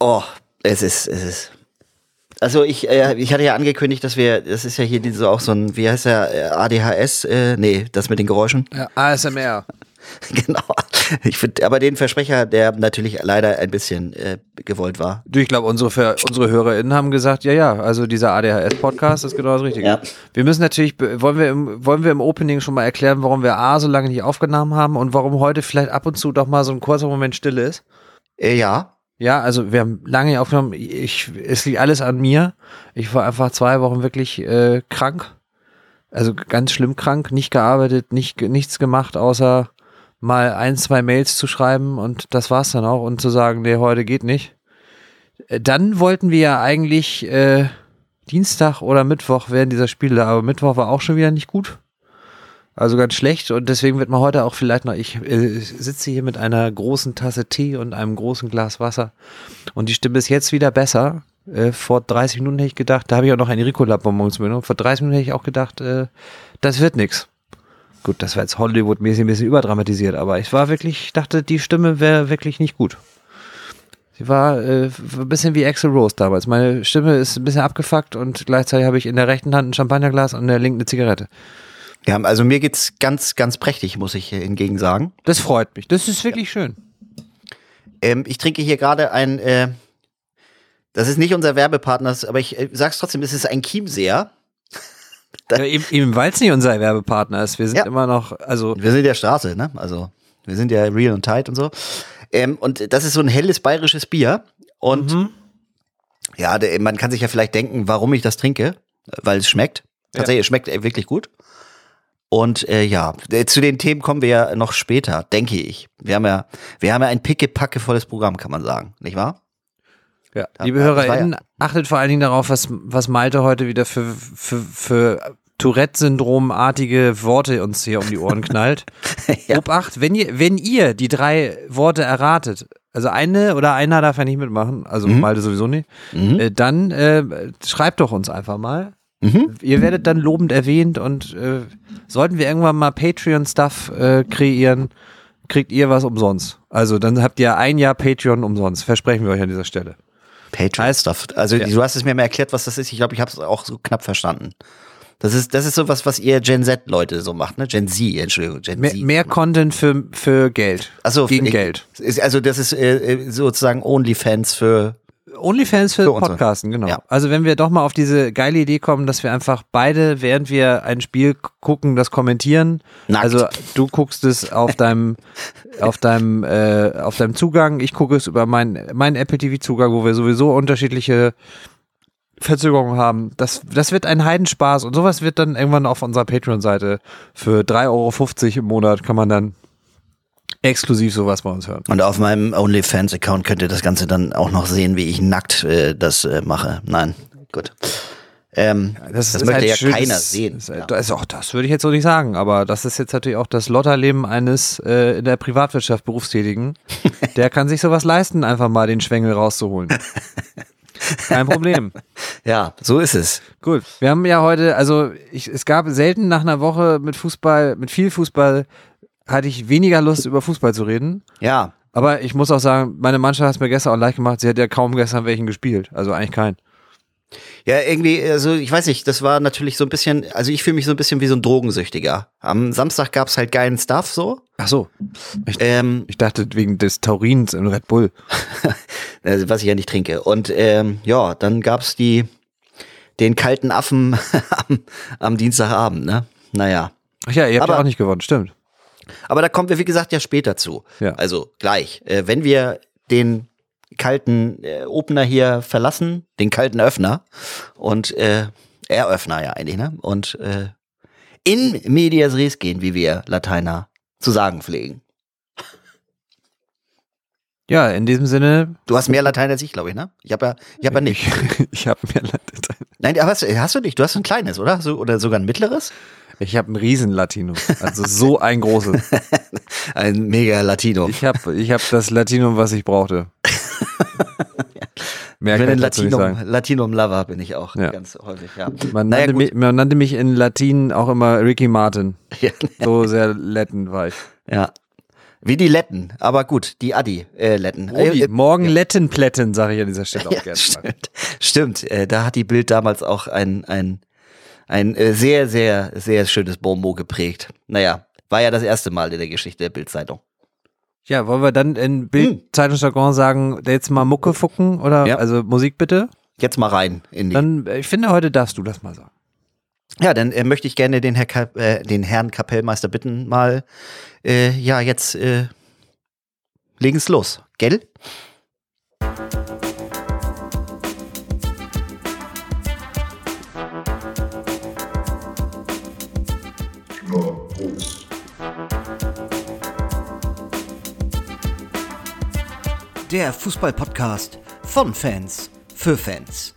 Oh, es ist. Also ich hatte ja angekündigt, das ist ja hier so auch so ein, wie heißt der, ADHS, das mit den Geräuschen. Ja, ASMR. Genau. Ich finde, aber den Versprecher, der natürlich leider ein bisschen gewollt war. Du, ich glaube, unsere HörerInnen haben gesagt, ja, also dieser ADHS-Podcast ist genau das Richtige. Ja. Wir müssen natürlich, wollen wir im Opening schon mal erklären, warum wir so lange nicht aufgenommen haben und warum heute vielleicht ab und zu doch mal so ein kurzer Moment Stille ist? Ja. Ja, also wir haben lange nicht aufgenommen. Es liegt alles an mir. Ich war einfach 2 Wochen wirklich krank. Also ganz schlimm krank, nicht gearbeitet, nichts gemacht, außer mal 1, 2 Mails zu schreiben und das war's dann auch und zu sagen, nee, heute geht nicht. Dann wollten wir ja eigentlich Dienstag oder Mittwoch während dieser Spiele, aber Mittwoch war auch schon wieder nicht gut. Also ganz schlecht und deswegen wird man heute auch vielleicht noch, ich sitze hier mit einer großen Tasse Tee und einem großen Glas Wasser und die Stimme ist jetzt wieder besser. Vor 30 Minuten hätte ich gedacht, da habe ich auch noch ein Ricola-Bonbons mitgenommen, vor 30 Minuten hätte ich auch gedacht, das wird nix. Gut, das war jetzt Hollywood-mäßig ein bisschen überdramatisiert, aber ich dachte, die Stimme wäre wirklich nicht gut. Sie war ein bisschen wie Axl Rose damals. Meine Stimme ist ein bisschen abgefuckt und gleichzeitig habe ich in der rechten Hand ein Champagnerglas und in der linken eine Zigarette. Ja, also mir geht's ganz, ganz prächtig, muss ich hingegen sagen. Das freut mich. Das ist wirklich schön. Ich trinke hier gerade das ist nicht unser Werbepartner, aber ich sag's trotzdem, es ist ein Chiemseer. Ja, eben weil es nicht unser Werbepartner ist. Wir sind immer noch, also. Wir sind der Straße, ne? Also, wir sind ja real und tight und so. Und das ist so ein helles bayerisches Bier. Und ja, man kann sich ja vielleicht denken, warum ich das trinke, weil es schmeckt. Tatsächlich, es schmeckt wirklich gut. Und zu den Themen kommen wir ja noch später, denke ich. Wir haben ja ein pickepackevolles Programm, kann man sagen, nicht wahr? Ja. Liebe HörerInnen, achtet vor allen Dingen darauf, was Malte heute wieder für Tourette-Syndrom-artige Worte uns hier um die Ohren knallt. Ja. Obacht, wenn ihr die 3 Worte erratet, also eine oder einer darf ja nicht mitmachen, also Malte sowieso nicht, dann schreibt doch uns einfach mal. Ihr werdet dann lobend erwähnt und sollten wir irgendwann mal Patreon-Stuff kreieren, kriegt ihr was umsonst. Also dann habt ihr 1 Jahr Patreon umsonst, versprechen wir euch an dieser Stelle. Patreon-Stuff. Also du hast es mir mal erklärt, was das ist. Ich glaube, ich habe es auch so knapp verstanden. Das ist sowas, was ihr Gen Z-Leute so macht, ne? Gen Z, Entschuldigung, Gen Z. Mehr Content für Geld. Achso, gegen Geld. Also das ist sozusagen OnlyFans für Podcasten, genau. Ja. Also wenn wir doch mal auf diese geile Idee kommen, dass wir einfach beide, während wir ein Spiel gucken, das kommentieren. Nackt. Also du guckst es auf deinem Zugang, ich gucke es über meinen Apple TV Zugang, wo wir sowieso unterschiedliche Verzögerungen haben. Das wird ein Heidenspaß und sowas wird dann irgendwann auf unserer Patreon-Seite für 3,50 € im Monat kann man dann exklusiv sowas bei uns hören. Und auf meinem OnlyFans-Account könnt ihr das Ganze dann auch noch sehen, wie ich nackt das mache. Nein, gut. Das möchte halt ja keiner sehen. Das würde ich jetzt so nicht sagen, aber das ist jetzt natürlich auch das Lotterleben eines in der Privatwirtschaft Berufstätigen. Der kann sich sowas leisten, einfach mal den Schwengel rauszuholen. Kein Problem. Ja, so ist es. Gut, wir haben ja heute, es gab selten nach einer Woche mit viel Fußball, hatte ich weniger Lust, über Fußball zu reden. Ja. Aber ich muss auch sagen, meine Mannschaft hat es mir gestern auch leicht gemacht. Sie hat ja kaum gestern welchen gespielt. Also eigentlich keinen. Ja, irgendwie, also ich weiß nicht, das war natürlich so ein bisschen, also ich fühle mich so ein bisschen wie so ein Drogensüchtiger. Am Samstag gab's halt geilen Stuff so. Ach so. Ich dachte wegen des Taurins in Red Bull. Was ich ja nicht trinke. Und dann gab's den kalten Affen am Dienstagabend, ne? Naja. Ach ja, ihr habt ja auch nicht gewonnen, stimmt. Aber da kommen wir, wie gesagt, ja später zu. Ja. Also gleich. Wenn wir den kalten Opener hier verlassen, den kalten Öffner und Eröffner ja eigentlich, ne? Und in medias res gehen, wie wir Lateiner zu sagen pflegen. Ja, in diesem Sinne. Du hast mehr Latein als ich, glaube ich, ne? Ich hab ja nicht. Ich habe mehr Latein. Nein, aber hast du nicht? Du hast ein kleines, oder? Oder sogar ein mittleres? Ich habe ein Riesen-Latinum, also so ein großes. Ein mega Latinum. Ich hab das Latinum, was ich brauchte. Mehr ich bin ein Latinum-Lover, bin ich auch ganz häufig, ja. Man nannte mich in Latin auch immer Ricky Martin. Ja. So sehr Latin war ich. Ja. Wie die Letten, aber gut, die Adi-Letten. Morgen Lettenplätten, sage ich an dieser Stelle auch Ja, gerne. stimmt. Da hat die Bild damals auch ein sehr, sehr, sehr schönes Bonmot geprägt. Naja, war ja das erste Mal in der Geschichte der Bild-Zeitung. Ja, wollen wir dann in Bild-Zeitungsjargon sagen, jetzt mal Mucke fucken oder also Musik bitte? Jetzt mal rein in die. Dann, ich finde, heute darfst du das mal sagen. Ja, dann möchte ich gerne den Herrn Kapellmeister bitten, mal jetzt legen's los, gell? Der Fußball-Podcast von Fans für Fans.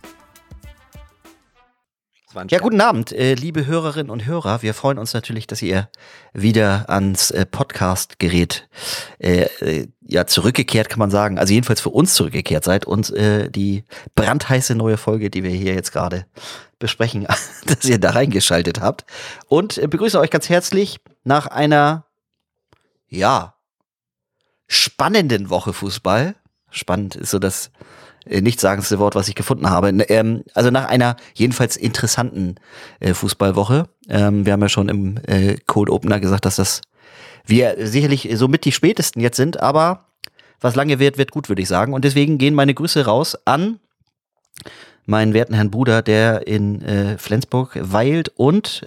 Ja, guten Abend, liebe Hörerinnen und Hörer. Wir freuen uns natürlich, dass ihr wieder ans Podcast-Gerät zurückgekehrt, kann man sagen. Also jedenfalls für uns zurückgekehrt seid und die brandheiße neue Folge, die wir hier jetzt gerade besprechen, dass ihr da reingeschaltet habt. Und begrüße euch ganz herzlich nach einer, spannenden Woche Fußball. Spannend ist so das nichtssagendste Wort, was ich gefunden habe. Also nach einer jedenfalls interessanten Fußballwoche. Wir haben ja schon im Cold Opener gesagt, dass wir sicherlich somit die spätesten jetzt sind, aber was lange wird gut, würde ich sagen. Und deswegen gehen meine Grüße raus an meinen werten Herrn Bruder, der in Flensburg weilt und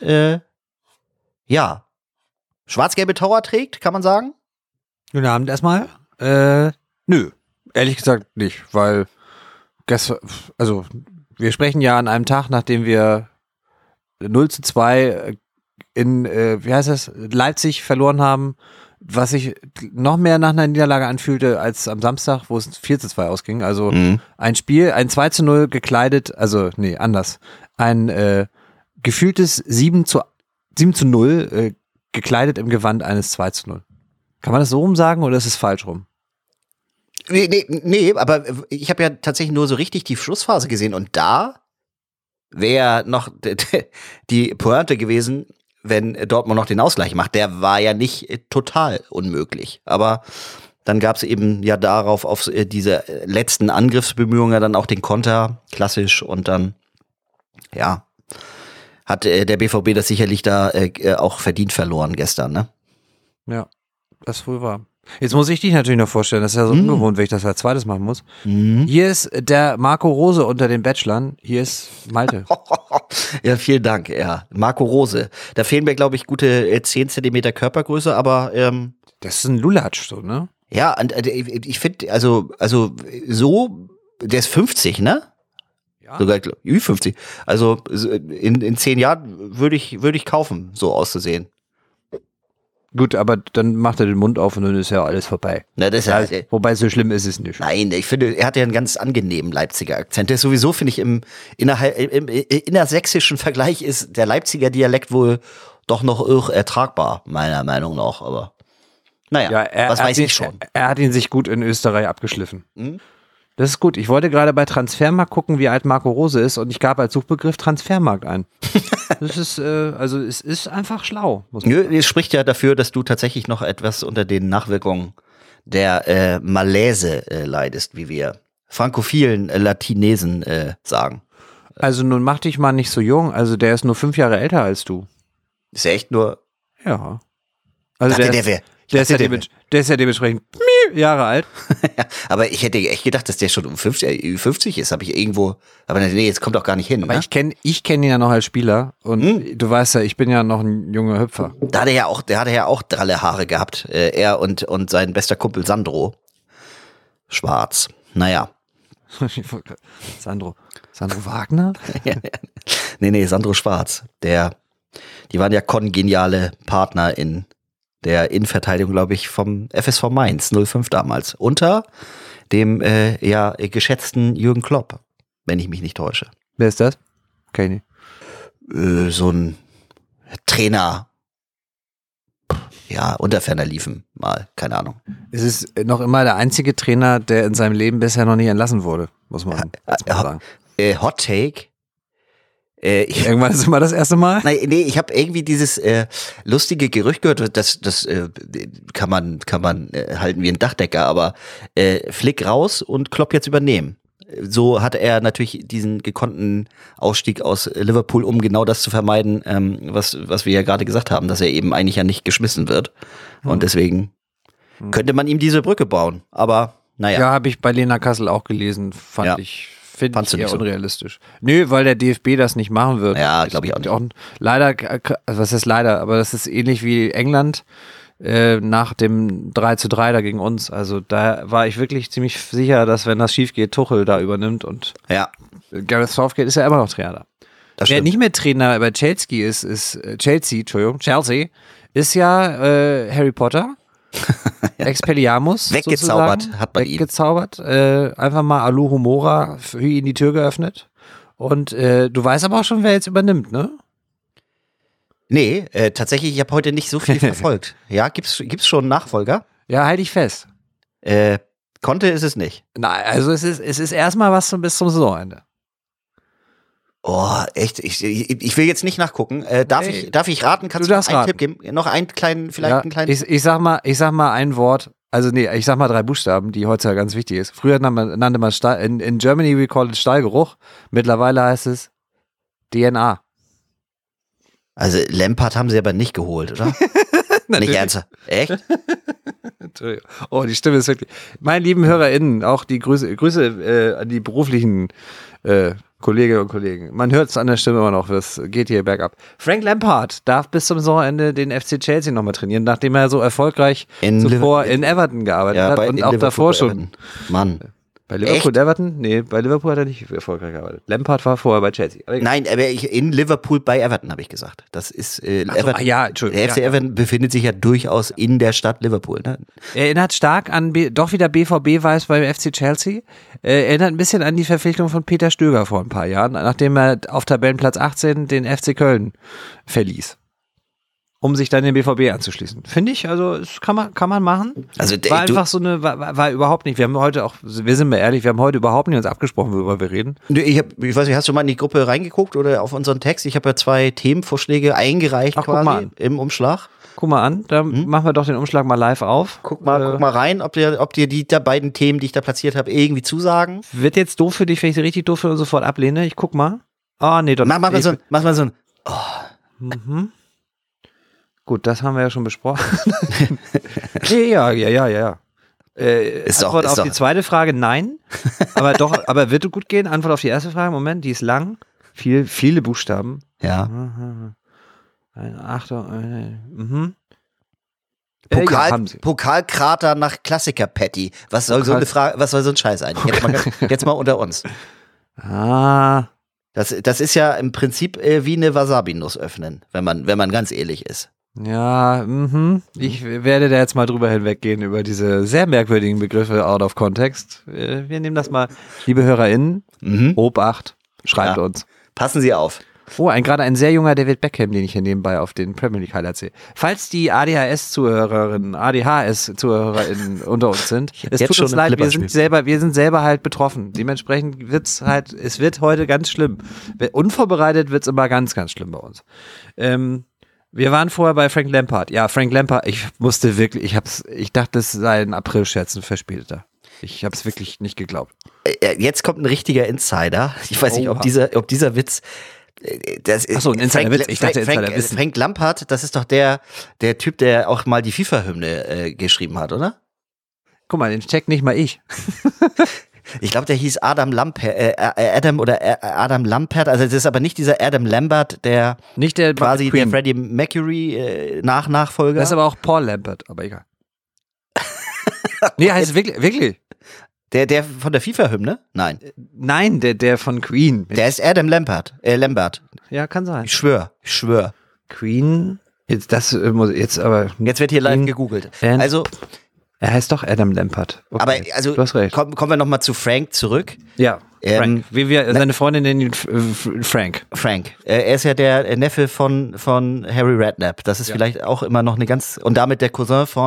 schwarz-gelbe Tower trägt, kann man sagen? Guten Abend erstmal. Nö, ehrlich gesagt nicht, weil wir sprechen ja an einem Tag, nachdem wir 0:2 in, Leipzig verloren haben, was sich noch mehr nach einer Niederlage anfühlte als am Samstag, wo es 4:2 ausging. Also ein Spiel, ein 2:0 gekleidet, anders. Ein gefühltes 7:0 gekleidet im Gewand eines 2:0. Kann man das so rum sagen oder ist es falsch rum? Nee, aber ich habe ja tatsächlich nur so richtig die Schlussphase gesehen und da wäre noch die Pointe gewesen, wenn Dortmund noch den Ausgleich macht. Der war ja nicht total unmöglich, aber dann gab es eben ja darauf auf diese letzten Angriffsbemühungen dann auch den Konter, klassisch, und dann hat der BVB das sicherlich da auch verdient verloren gestern, ne? Ja, das wohl war. Jetzt muss ich dich natürlich noch vorstellen, das ist ja so ungewohnt, wenn ich das als zweites machen muss. Hier ist der Marco Rose unter den Bachelorn, hier ist Malte. Ja, vielen Dank, ja. Marco Rose. Da fehlen mir, glaube ich, gute 10 Zentimeter Körpergröße, aber das ist ein Lulatsch, so, ne? Ja, und ich finde, also so, der ist 50, ne? Ja. Sogar Ü50. Also in 10 Jahren würde ich kaufen, so auszusehen. Gut, aber dann macht er den Mund auf und dann ist ja alles vorbei. Na, das ist wobei so schlimm ist es nicht. Nein, ich finde, er hat ja einen ganz angenehmen Leipziger Akzent. Der ist sowieso, finde ich, im innersächsischen Vergleich ist der Leipziger Dialekt wohl doch noch ertragbar, meiner Meinung nach. Aber naja, was weiß ich schon. Er hat ihn sich gut in Österreich abgeschliffen. Das ist gut. Ich wollte gerade bei Transfermarkt gucken, wie alt Marco Rose ist, und ich gab als Suchbegriff Transfermarkt ein. Das ist, es ist einfach schlau. Es spricht ja dafür, dass du tatsächlich noch etwas unter den Nachwirkungen der Malaise leidest, wie wir frankophilen Latinesen sagen. Also nun mach dich mal nicht so jung. Also der ist nur 5 Jahre älter als du. Ist er echt nur? Ja. Also der ist ja dementsprechend Jahre alt. Aber ich hätte echt gedacht, dass der schon um 50 ist. Habe ich irgendwo. Aber nee, jetzt kommt doch gar nicht hin. Aber ne? ich kenn ihn ja noch als Spieler. Und du weißt ja, ich bin ja noch ein junger Hüpfer. Der hatte ja auch dralle Haare gehabt. Er und sein bester Kumpel Sandro. Schwarz. Naja. Sandro Wagner? Nee, Sandro Schwarz. Die waren ja kongeniale Partner in der Innenverteidigung, glaube ich, vom FSV Mainz 05 damals. Unter dem geschätzten Jürgen Klopp, wenn ich mich nicht täusche. Wer ist das? Keine. So ein Trainer. Ja, unter ferner liefen mal, keine Ahnung. Es ist noch immer der einzige Trainer, der in seinem Leben bisher noch nicht entlassen wurde, muss man sagen. Hot Take. Irgendwann ist immer das erste Mal. Nein, nee, ich habe irgendwie dieses lustige Gerücht gehört, das kann man halten wie ein Dachdecker, aber Flick raus und Klopp jetzt übernehmen. So hat er natürlich diesen gekonnten Ausstieg aus Liverpool, um genau das zu vermeiden, was wir ja gerade gesagt haben, dass er eben eigentlich ja nicht geschmissen wird. Und deswegen könnte man ihm diese Brücke bauen. Aber naja. Ja, habe ich bei Lena Kassel auch gelesen, finde ich eher unrealistisch. Nö, weil der DFB das nicht machen wird. Ja, glaube ich auch nicht. Leider, also was ist leider, aber das ist ähnlich wie England nach dem 3:3 da gegen uns. Also da war ich wirklich ziemlich sicher, dass wenn das schief geht, Tuchel da übernimmt und Gareth Southgate ist ja immer noch Trainer. Wer nicht mehr Trainer bei Chelsea ist Chelsea, ist ja Harry Potter. Expelliarmus weggezaubert hat man weggezaubert, einfach mal Aluhumora für ihn die Tür geöffnet und du weißt aber auch schon, wer jetzt übernimmt, ne? Nee, tatsächlich, ich habe heute nicht so viel verfolgt. Ja, gibt's schon einen Nachfolger? Ja, halte ich fest. Conte ist es nicht. Nein, also es ist erstmal was bis zum Saisonende. Oh, echt? Ich will jetzt nicht nachgucken. Darf ich raten? Kannst du einen Tipp geben? Noch einen kleinen. Ich sag mal ein Wort. Also nee, ich sag mal 3 Buchstaben, die heutzutage ganz wichtig ist. Früher nannte man in Germany we call it Stallgeruch. Mittlerweile heißt es DNA. Also Lampard haben sie aber nicht geholt, oder? Nicht ernsthaft. Echt? Entschuldigung. Oh, die Stimme ist wirklich. Meine lieben HörerInnen, auch die Grüße an die beruflichen Kolleginnen und Kollegen. Man hört es an der Stimme immer noch, es geht hier bergab. Frank Lampard darf bis zum Saisonende den FC Chelsea nochmal trainieren, nachdem er so erfolgreich zuvor in Everton gearbeitet hat und auch davor schon. Mann. Bei Liverpool Everton? Nee, bei Liverpool hat er nicht erfolgreich gearbeitet. Lampard war vorher bei Chelsea. Nein, aber in Liverpool bei Everton habe ich gesagt. Das ist Everton. Entschuldigung. Der FC Everton befindet sich ja durchaus in der Stadt Liverpool. Ne? Erinnert stark an doch wieder BVB-Weiß beim FC Chelsea. Erinnert ein bisschen an die Verpflichtung von Peter Stöger vor ein paar Jahren, nachdem er auf Tabellenplatz 18 den FC Köln verließ, um sich dann den BVB anzuschließen. Finde ich, also das kann man machen. Also war einfach so eine, war überhaupt nicht, wir sind mal ehrlich, wir haben heute überhaupt nicht uns abgesprochen, worüber wir reden. Ich weiß nicht, hast du mal in die Gruppe reingeguckt oder auf unseren Text? Ich habe ja 2 Themenvorschläge eingereicht quasi im Umschlag. Guck mal an, da machen wir doch den Umschlag mal live auf. Guck mal rein, ob dir die beiden Themen, die ich da platziert habe, irgendwie zusagen. Wird jetzt doof für dich, wenn ich sie richtig doof finde und sofort ablehne? Ich guck mal. Nee, doch nicht. Mach mal so ein Mhm. Gut, das haben wir ja schon besprochen. Ja. Antwort auf die zweite Frage, nein. Aber wird gut gehen? Antwort auf die erste Frage, Moment, die ist lang. Viele Buchstaben. Ja. Achtung. Pokalkrater nach Klassiker-Patty. Was soll so ein Scheiß eigentlich? Jetzt mal unter uns. Das ist ja im Prinzip wie eine Wasabi-Nuss öffnen, wenn man ganz ehrlich ist. Ja, ich werde da jetzt mal drüber hinweggehen über diese sehr merkwürdigen Begriffe out of context. Wir nehmen das mal, liebe HörerInnen, Obacht, schreibt uns. Passen Sie auf. Oh, gerade ein sehr junger David Beckham, den ich hier nebenbei auf den Premier League Highlights sehe. Falls die ADHS-ZuhörerInnen unter uns sind, es tut uns leid, wir sind selber halt betroffen. Dementsprechend es wird heute ganz schlimm. Unvorbereitet wird es immer ganz, ganz schlimm bei uns. Wir waren vorher bei Frank Lampard. Ja, Frank Lampard, ich dachte, das sei ein April-Scherz, ein verspäteter. Ich habe es wirklich nicht geglaubt. Jetzt kommt ein richtiger Insider. Ich weiß nicht, ob dieser Witz. Achso, ein Insider-Witz. Ich dachte Insider-Witz. Frank Lampard, das ist doch der Typ, der auch mal die FIFA-Hymne geschrieben hat, oder? Guck mal, den checkt nicht mal ich. Ich glaube, der hieß Adam Lampert. Also das ist aber nicht dieser Adam Lambert, der quasi der Freddie Mercury Nachfolger. Das ist aber auch Paul Lampert, aber egal. Nee, heißt wirklich. Der von der FIFA-Hymne? Nein. Nein, der von Queen. Der ist Adam Lambert. Ja, kann sein. Ich schwör. Queen? Jetzt wird hier live gegoogelt. Also er heißt doch Adam Lampert. Okay. Aber also du hast recht. Kommen wir nochmal zu Frank zurück. Ja, Frank. Wie wir seine Freundin nennen, Frank. Er ist ja der Neffe von Harry Redknapp. Das ist vielleicht auch immer noch eine und damit der Cousin von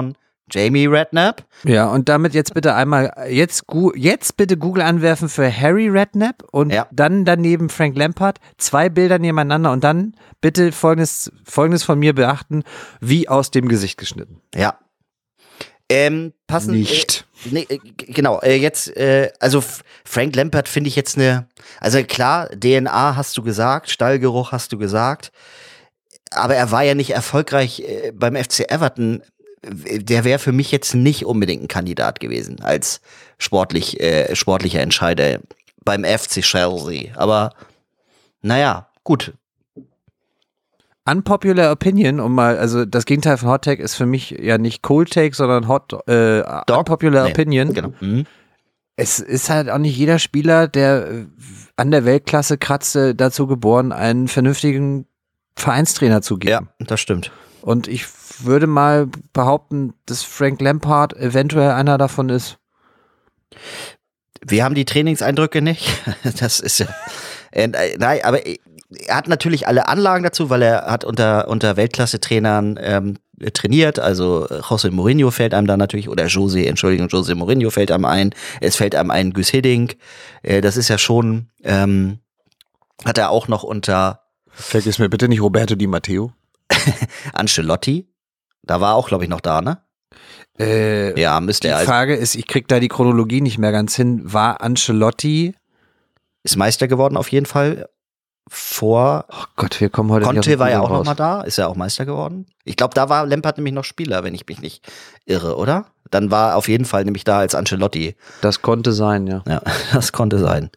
Jamie Redknapp. Ja, und damit jetzt bitte einmal, jetzt bitte Google anwerfen für Harry Redknapp und dann daneben Frank Lampard, 2 Bilder nebeneinander und dann bitte Folgendes von mir beachten, wie aus dem Gesicht geschnitten. Ja. Passend. Nicht. Genau, also Frank Lampard finde ich jetzt also klar, DNA hast du gesagt, Stallgeruch hast du gesagt, aber er war ja nicht erfolgreich beim FC Everton. Der wäre für mich jetzt nicht unbedingt ein Kandidat gewesen als sportlicher Entscheider beim FC Chelsea. Aber naja, gut. Unpopular Opinion, also das Gegenteil von Hot Take ist für mich ja nicht Cold Take, sondern Unpopular Opinion. Genau. Mhm. Es ist halt auch nicht jeder Spieler, der an der Weltklasse kratzte, dazu geboren, einen vernünftigen Vereinstrainer zu geben. Ja, das stimmt. Und ich würde mal behaupten, dass Frank Lampard eventuell einer davon ist. Wir haben die Trainingseindrücke nicht. Das ist ja. Nein, aber er hat natürlich alle Anlagen dazu, weil er hat unter Weltklasse-Trainern trainiert. Also José Mourinho fällt einem da natürlich, oder José Mourinho fällt einem ein. Es fällt einem ein Guus Hiddink. Das ist ja schon, hat er auch noch unter. Vergiss mir bitte nicht Roberto Di Matteo. Ancelotti. Da war auch, glaube ich, noch da, ne? Ja, müsste er. Die Frage ist, ich krieg da die Chronologie nicht mehr ganz hin. War Ancelotti? Ist Meister geworden auf jeden Fall. Oh Gott, wir kommen heute Conte war ja auch noch mal da. Ist ja auch Meister geworden. Ich glaube, da war Lampard nämlich noch Spieler, wenn ich mich nicht irre, oder? Dann war er auf jeden Fall nämlich da als Ancelotti. Das konnte sein, ja. Ja, das konnte sein.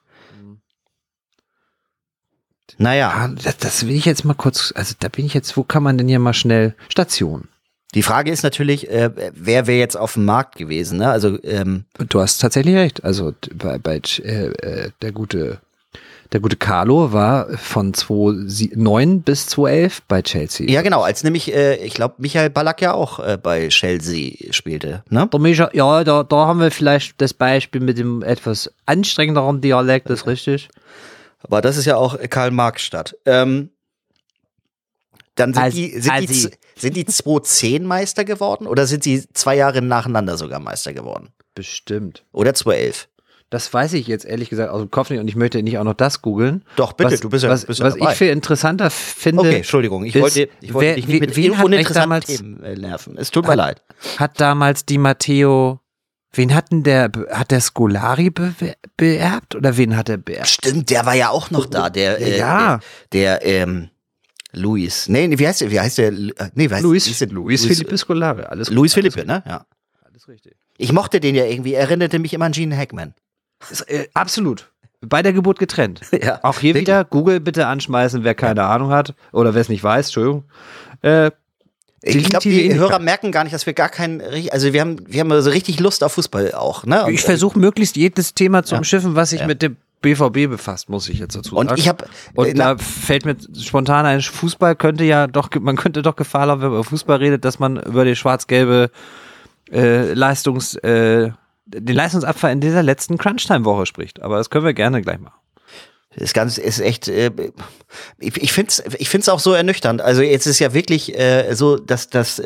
Naja. Das will ich jetzt mal kurz, also da bin ich jetzt, wo kann man denn hier mal schnell Station? Die Frage ist natürlich, wer wäre jetzt auf dem Markt gewesen, ne? Also, du hast tatsächlich recht. Also der gute Carlo war von 2009 bis 2011 bei Chelsea. Ja, genau, als nämlich, ich glaube, Michael Ballack ja auch bei Chelsea spielte, ne? Da haben wir vielleicht das Beispiel mit dem etwas anstrengenderen Dialekt, das ist richtig. Aber das ist ja auch Karl-Marx-Stadt. Dann sind die 2010 Meister geworden oder sind sie 2 Jahre nacheinander sogar Meister geworden? Bestimmt. Oder 2011? Das weiß ich jetzt ehrlich gesagt aus dem Kopf nicht und ich möchte nicht auch noch das googeln. Doch, bitte, du bist ja was dabei. Ich viel interessanter finde. Okay, Entschuldigung, ich wollte dich nicht mit uninteressanten Themen nerven. Es tut mir leid. Hat damals Di Matteo, hat der Scolari beerbt oder wen hat er beerbt? Stimmt, der war ja auch noch da, der Luis. Nee, wie heißt der? Luis Felipe Scolari, alles Luis Felipe, ne? Ja. Alles richtig. Ich mochte den ja irgendwie, erinnerte mich immer an Gene Hackman. Absolut. Bei der Geburt getrennt. Ja, auch hier wirklich. wieder Google bitte anschmeißen, wer keine Ahnung hat oder wer es nicht weiß, Entschuldigung. Ich glaube, die Hörer merken gar nicht, dass wir gar keinen, also wir haben also richtig Lust auf Fußball auch, ne? Ich versuche möglichst jedes Thema zu umschiffen, was sich mit dem BVB befasst, muss ich jetzt dazu sagen. Und da fällt mir spontan ein, Fußball man könnte doch Gefahr laufen, wenn man über Fußball redet, dass man über die schwarz-gelbe den Leistungsabfall in dieser letzten Crunchtime-Woche spricht. Aber das können wir gerne gleich machen. Das Ganze ist echt, ich find's auch so ernüchternd. Also jetzt ist ja wirklich so, dass das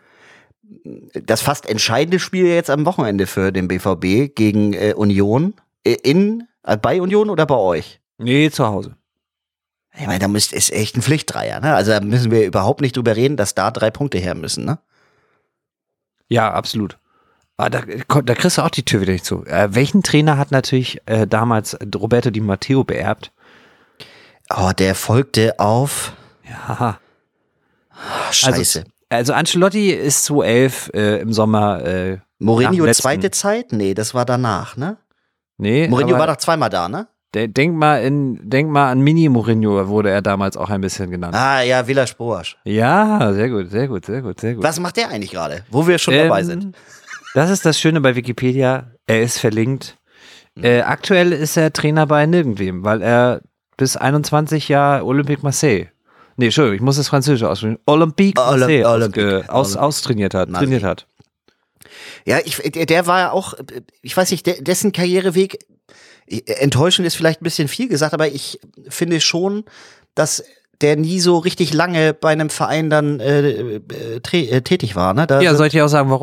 fast entscheidende Spiel jetzt am Wochenende für den BVB gegen Union bei Union oder bei euch? Nee, zu Hause. Ich meine, da ist echt ein Pflichtdreier, ne? Also da müssen wir überhaupt nicht drüber reden, dass da 3 Punkte her müssen, ne? Ja, absolut. Aber da kriegst du auch die Tür wieder nicht zu. Welchen Trainer hat natürlich damals Roberto Di Matteo beerbt? Oh, der folgte auf. Ja. Scheiße. Also Ancelotti ist 2011 im Sommer. Mourinho zweite Zeit? Nee, das war danach, ne? Nee. Mourinho war doch zweimal da, ne? Denk mal an Mini-Mourinho, wurde er damals auch ein bisschen genannt. Ah ja, Villas-Boas. Ja, sehr gut. Was macht der eigentlich gerade? Wo wir schon dabei sind. Das ist das Schöne bei Wikipedia. Er ist verlinkt. Aktuell ist er Trainer bei nirgendwem, weil er bis 21 Jahre Olympique Marseille. Nee, Entschuldigung, ich muss das Französisch aussprechen. Olympique Marseille trainiert hat. Ja, der war ja auch, ich weiß nicht, dessen Karriereweg, enttäuschend ist vielleicht ein bisschen viel gesagt, aber ich finde schon, dass der nie so richtig lange bei einem Verein dann tätig war. Ne? Soll ich dir auch sagen, warum?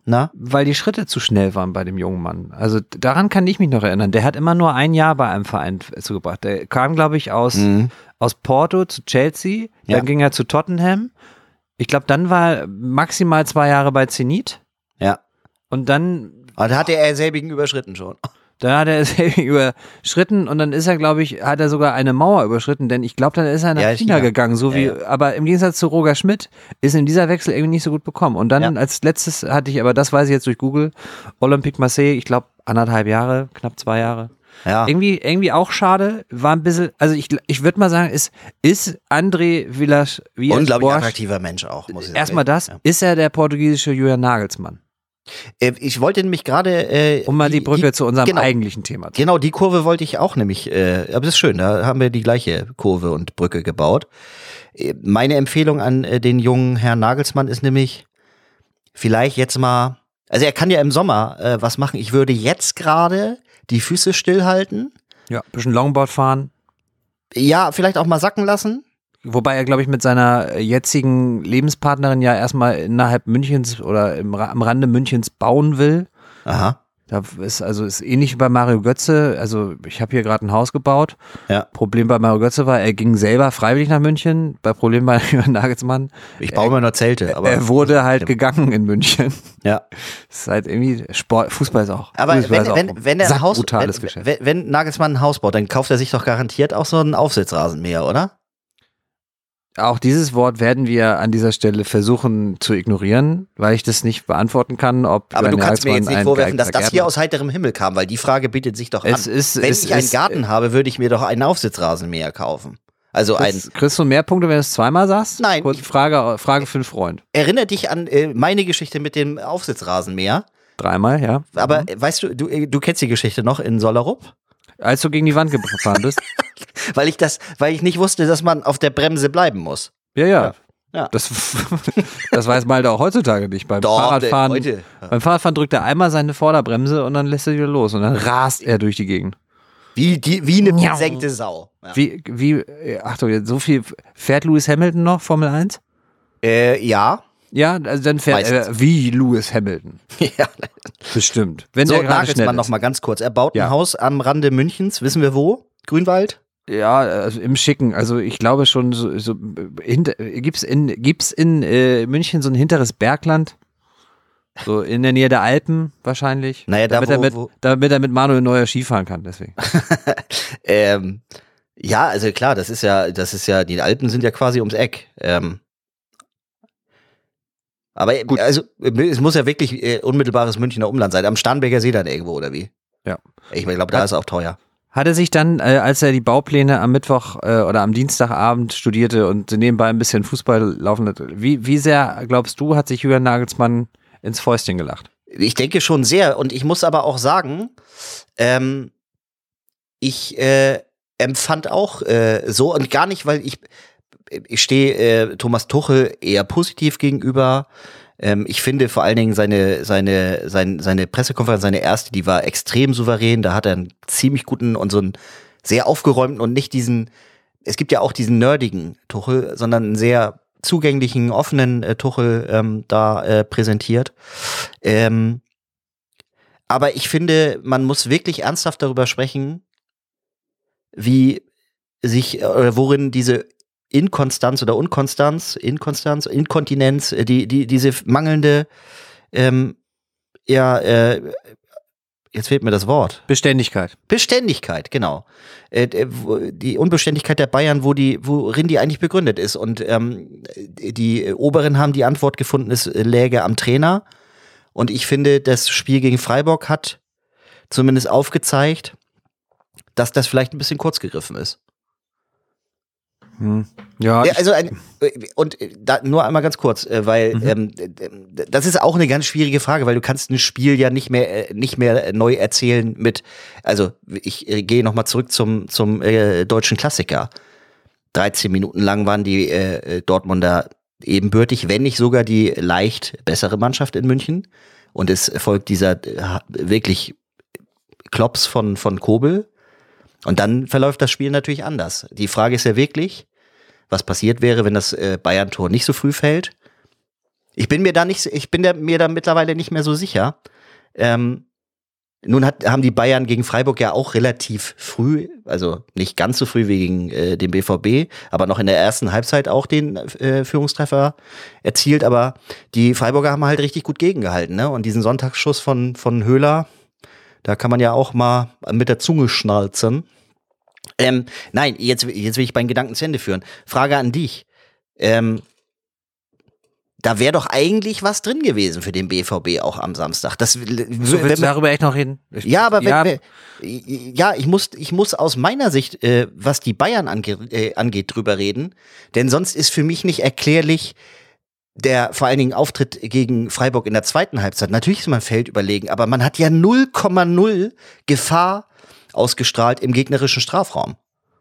Na? Weil die Schritte zu schnell waren bei dem jungen Mann. Also daran kann ich mich noch erinnern. Der hat immer nur ein Jahr bei einem Verein zugebracht. Der kam, glaube ich, aus Porto zu Chelsea. Dann ging er zu Tottenham. Ich glaube, dann war er maximal 2 Jahre bei Zenit. Ja. Und dann... Aber da hatte er selbigen überschritten schon. Da hat er es überschritten und dann ist er, glaube ich, hat er sogar eine Mauer überschritten, denn ich glaube, dann ist er nach China gegangen, aber im Gegensatz zu Roger Schmidt ist ihm dieser Wechsel irgendwie nicht so gut bekommen. Und dann als letztes hatte ich, aber das weiß ich jetzt durch Google, Olympique Marseille, ich glaube 1,5 Jahre, knapp 2 Jahre. Ja. Irgendwie auch schade, war ein bisschen, also ich würde mal sagen, ist André Villas unglaublich attraktiver Mensch auch, muss ich sagen. Erstmal das, ist er der portugiesische Julian Nagelsmann? Ich wollte nämlich gerade um mal die Brücke zu unserem eigentlichen Thema zu. Genau, die Kurve wollte ich auch nämlich, aber das ist schön, da haben wir die gleiche Kurve und Brücke gebaut. Meine Empfehlung an den jungen Herrn Nagelsmann ist nämlich, vielleicht jetzt mal, also er kann ja im Sommer was machen, ich würde jetzt gerade die Füße stillhalten. Ja, ein bisschen Longboard fahren. Ja, vielleicht auch mal sacken lassen. Wobei er, glaube ich, mit seiner jetzigen Lebenspartnerin ja erstmal innerhalb Münchens oder am Rande Münchens bauen will. Aha. Da ist ähnlich wie bei Mario Götze. Also ich habe hier gerade ein Haus gebaut. Ja. Problem bei Mario Götze war, er ging selber freiwillig nach München. Bei Problem bei Nagelsmann. Ich baue mir nur Zelte. Aber er wurde halt gegangen in München. Ja. Das ist halt irgendwie Sport. Fußball ist auch. Aber wenn er ein Haus, brutales Geschäft. Wenn Nagelsmann ein Haus baut, dann kauft er sich doch garantiert auch so einen Aufsitzrasenmäher, oder? Auch dieses Wort werden wir an dieser Stelle versuchen zu ignorieren, weil ich das nicht beantworten kann, ob. Aber du kannst mir jetzt nicht vorwerfen, dass das hier aus heiterem Himmel kam, weil die Frage bietet sich doch an. Wenn ich einen Garten habe, würde ich mir doch einen Aufsitzrasenmäher kaufen. Also kriegst du mehr Punkte, wenn du es zweimal sagst? Nein. Frage für einen Freund. Erinnere dich an meine Geschichte mit dem Aufsitzrasenmäher. 3-mal, ja. Aber weißt du kennst die Geschichte noch in Sollerup? Als du gegen die Wand gefahren bist? weil ich nicht wusste, dass man auf der Bremse bleiben muss. Ja. Das weiß Malte auch heutzeite nicht. Beim Fahrradfahren drückt er einmal seine Vorderbremse und dann lässt er wieder los und dann rast er durch die Gegend. Wie eine besenkte Sau. Ja. Achtung, so viel fährt Lewis Hamilton noch Formel 1? Ja. Ja, also dann fährt er wie Lewis Hamilton. Ja. Bestimmt. Wenn so, Nagelsmann noch mal ganz kurz. Er baut ein Haus am Rande Münchens. Wissen wir wo? Grünwald? Ja, also im Schicken. Also ich glaube schon, gibt's in München so ein hinteres Bergland? So in der Nähe der Alpen wahrscheinlich. Naja, damit er mit Manuel Neuer Skifahren kann, deswegen. Ja, also klar, das ist ja, die Alpen sind ja quasi ums Eck. Aber gut, also es muss ja wirklich unmittelbares Münchner Umland sein. Am Starnberger See dann irgendwo, oder wie? Ja. Ich glaube, da ist es auch teuer. Hat er sich dann, als er die Baupläne am Mittwoch oder am Dienstagabend studierte und nebenbei ein bisschen Fußball laufen hat, wie sehr, glaubst du, hat sich Julian Nagelsmann ins Fäustchen gelacht? Ich denke schon sehr. Und ich muss aber auch sagen, ich empfand auch so, und gar nicht, weil ich stehe Thomas Tuchel eher positiv gegenüber. Ich finde vor allen Dingen seine Pressekonferenz, seine erste, die war extrem souverän. Da hat er einen ziemlich guten und so einen sehr aufgeräumten und nicht diesen, es gibt ja auch diesen nerdigen Tuchel, sondern einen sehr zugänglichen, offenen Tuchel präsentiert. Aber ich finde, man muss wirklich ernsthaft darüber sprechen, wie sich, worin diese Inkonstanz oder Inkontinenz, diese mangelnde, jetzt fehlt mir das Wort. Beständigkeit, genau. Die Unbeständigkeit der Bayern, worin die eigentlich begründet ist. Und die Oberen haben die Antwort gefunden, es läge am Trainer. Und ich finde, das Spiel gegen Freiburg hat zumindest aufgezeigt, dass das vielleicht ein bisschen kurz gegriffen ist. Ja, also und da nur einmal ganz kurz, weil das ist auch eine ganz schwierige Frage, weil du kannst ein Spiel ja nicht mehr neu erzählen mit, also ich gehe noch mal zurück zum deutschen Klassiker. 13 Minuten lang waren die Dortmunder ebenbürtig, wenn nicht sogar die leicht bessere Mannschaft in München, und es folgt dieser wirklich Klops von Kobel. Und dann verläuft das Spiel natürlich anders. Die Frage ist ja wirklich, was passiert wäre, wenn das Bayern-Tor nicht so früh fällt. Ich bin mir da mittlerweile nicht mehr so sicher. Nun haben die Bayern gegen Freiburg ja auch relativ früh, also nicht ganz so früh wie gegen den BVB, aber noch in der ersten Halbzeit auch den Führungstreffer erzielt. Aber die Freiburger haben halt richtig gut gegengehalten, ne? Und diesen Sonntagsschuss von Höhler, da kann man ja auch mal mit der Zunge schnalzen. Nein, jetzt will ich meinen Gedanken zu Ende führen. Frage an dich. Da wäre doch eigentlich was drin gewesen für den BVB auch am Samstag. So willst du darüber echt noch reden? Ja, aber ich muss aus meiner Sicht, was die Bayern angeht, drüber reden. Denn sonst ist für mich nicht erklärlich der vor allen Dingen Auftritt gegen Freiburg in der zweiten Halbzeit. Natürlich ist man Feld überlegen, aber man hat ja 0,0 Gefahr ausgestrahlt im gegnerischen Strafraum.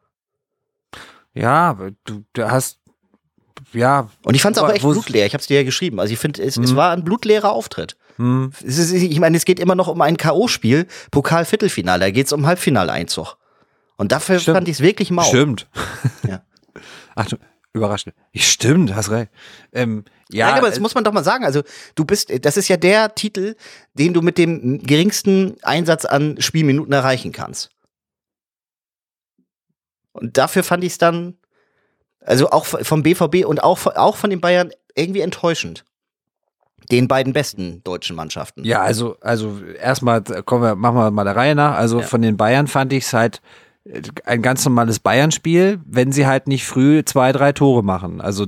Ja, du hast ja. Und ich fand es auch echt blutleer. Ich habe es dir ja geschrieben. Also ich finde, es war ein blutleerer Auftritt. Ich meine, es geht immer noch um ein K.O.-Spiel, Pokal-Viertelfinale. Da geht es um Halbfinaleinzug. Und dafür fand ich es wirklich mau. Stimmt. Ja. Ach, überraschend. Stimmt, hast recht. Nein, aber das muss man doch mal sagen. Also das ist ja der Titel, den du mit dem geringsten Einsatz an Spielminuten erreichen kannst. Und dafür fand ich es dann, also auch vom BVB und auch von den Bayern irgendwie enttäuschend. Den beiden besten deutschen Mannschaften. Ja, also erstmal machen wir mal der Reihe nach. Also von den Bayern fand ich es halt ein ganz normales Bayern-Spiel, wenn sie halt nicht früh 2-3 Tore machen. Also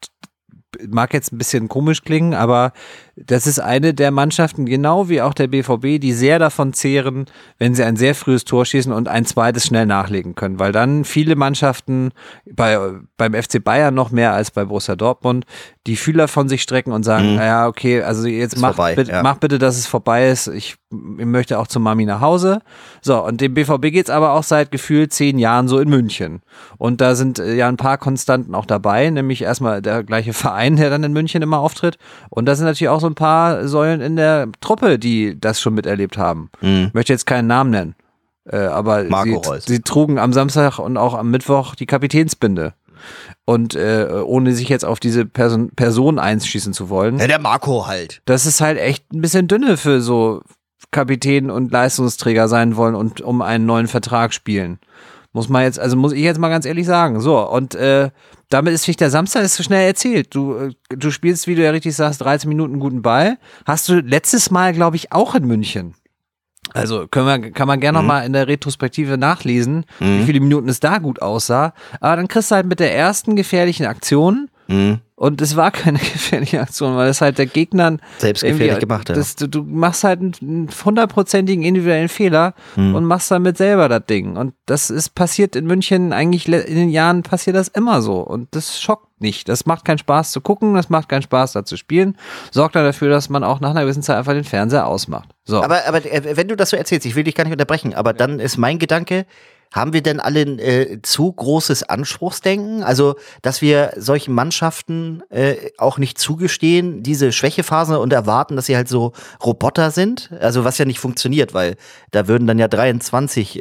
mag jetzt ein bisschen komisch klingen, aber das ist eine der Mannschaften, genau wie auch der BVB, die sehr davon zehren, wenn sie ein sehr frühes Tor schießen und ein zweites schnell nachlegen können, weil dann viele Mannschaften beim FC Bayern noch mehr als bei Borussia Dortmund die Fühler von sich strecken und sagen, naja, okay, also jetzt mach bitte, dass es vorbei ist. Ich möchte auch zu Mami nach Hause. So, und dem BVB geht's aber auch seit gefühlt 10 Jahren so in München. Und da sind ja ein paar Konstanten auch dabei, nämlich erstmal der gleiche Verein, der dann in München immer auftritt. Und da sind natürlich auch so ein paar Säulen in der Truppe, die das schon miterlebt haben. Ich möchte jetzt keinen Namen nennen. Aber sie trugen am Samstag und auch am Mittwoch die Kapitänsbinde. Und ohne sich jetzt auf diese Person einschießen zu wollen. Ja, der Marco halt. Das ist halt echt ein bisschen dünne für so Kapitän und Leistungsträger sein wollen und um einen neuen Vertrag spielen. Muss ich jetzt mal ganz ehrlich sagen. So, und damit ist der Samstag ist so schnell erzählt. Du spielst, wie du ja richtig sagst, 13 Minuten guten Ball. Hast du letztes Mal, glaube ich, auch in München. Also kann man gerne noch mal in der Retrospektive nachlesen, wie viele Minuten es da gut aussah. Aber dann kriegst du halt mit der ersten gefährlichen Aktion, und es war keine gefährliche Aktion, weil es halt der Gegner selbstgefährlich gemacht hat. Du machst halt einen 100%igen individuellen Fehler und machst damit selber das Ding. Und das ist passiert in München eigentlich in den Jahren passiert das immer so. Und das schockt nicht. Das macht keinen Spaß zu gucken, das macht keinen Spaß da zu spielen. Sorgt dann dafür, dass man auch nach einer gewissen Zeit einfach den Fernseher ausmacht. So. Aber wenn du das so erzählst, ich will dich gar nicht unterbrechen, aber dann ist mein Gedanke, haben wir denn alle ein zu großes Anspruchsdenken? Also, dass wir solchen Mannschaften auch nicht zugestehen, diese Schwächephase und erwarten, dass sie halt so Roboter sind? Also, was ja nicht funktioniert, weil da würden dann ja 22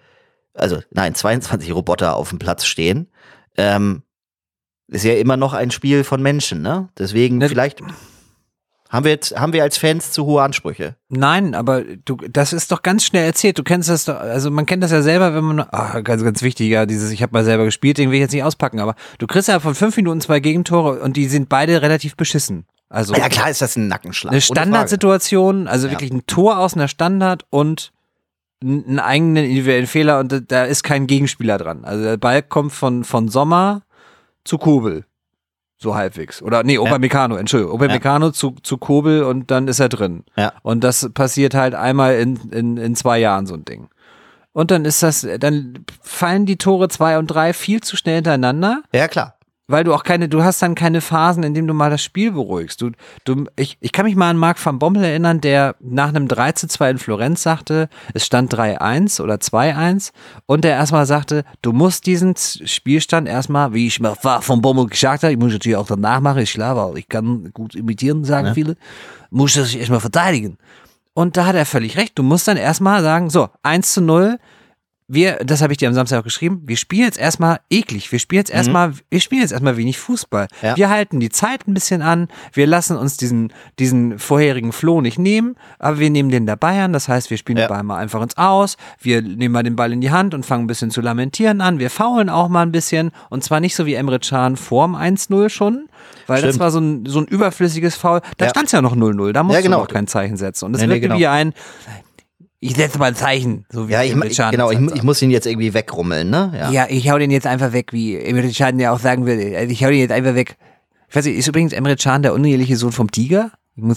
Roboter auf dem Platz stehen. Ist ja immer noch ein Spiel von Menschen, ne? Deswegen vielleicht haben wir als Fans zu hohe Ansprüche. Nein, aber das ist doch ganz schnell erzählt. Du kennst das doch, also man kennt das ja selber, wenn man, ganz, ganz wichtig, ja, ich habe mal selber gespielt, den will ich jetzt nicht auspacken, aber du kriegst ja von 5 Minuten 2 Gegentore und die sind beide relativ beschissen. Also ja, klar ist das ein Nackenschlag. Eine Standardsituation, also wirklich ein Tor aus einer Standard und einen eigenen individuellen Fehler und da ist kein Gegenspieler dran. Also der Ball kommt von Sommer zu Kobel. So halbwegs. Oder nee, Upamecano, Entschuldigung. Upamecano zu Kobel und dann ist er drin. Ja. Und das passiert halt einmal in 2 Jahren so ein Ding. Und dann dann fallen die Tore 2 und 3 viel zu schnell hintereinander. Ja, klar. Weil du hast dann keine Phasen, in denen du mal das Spiel beruhigst. Ich kann mich mal an Marc van Bommel erinnern, der nach einem 3:2 in Florenz sagte, es stand 3:1 oder 2:1 und der erstmal sagte, du musst diesen Spielstand erstmal, wie ich van Bommel gesagt habe, ich muss natürlich auch danach machen, ist klar, weil ich kann gut imitieren, sagen viele, muss das erstmal verteidigen. Und da hat er völlig recht, du musst dann erstmal sagen, so, 1:0, das habe ich dir am Samstag auch geschrieben, wir spielen jetzt erstmal eklig, wir spielen jetzt erstmal wenig Fußball. Ja. Wir halten die Zeit ein bisschen an, wir lassen uns diesen vorherigen Flow nicht nehmen, aber wir nehmen den der Bayern, das heißt, wir spielen den Ball mal einfach ins Aus, wir nehmen mal den Ball in die Hand und fangen ein bisschen zu lamentieren an, wir faulen auch mal ein bisschen und zwar nicht so wie Emre Can vorm 1-0 schon, weil das war so ein überflüssiges Foul, da stand es ja noch 0-0, da musst du noch kein Zeichen setzen und es wirkte wie ein ich setze mal ein Zeichen, so wie Emre Can. Genau, ich muss ihn jetzt irgendwie wegrummeln, ne? Ja, ich hau den jetzt einfach weg, wie Emre Can ja auch sagen würde. Also ich hau den jetzt einfach weg. Ich weiß nicht, ist übrigens Emre Can der uneheliche Sohn vom Tiger?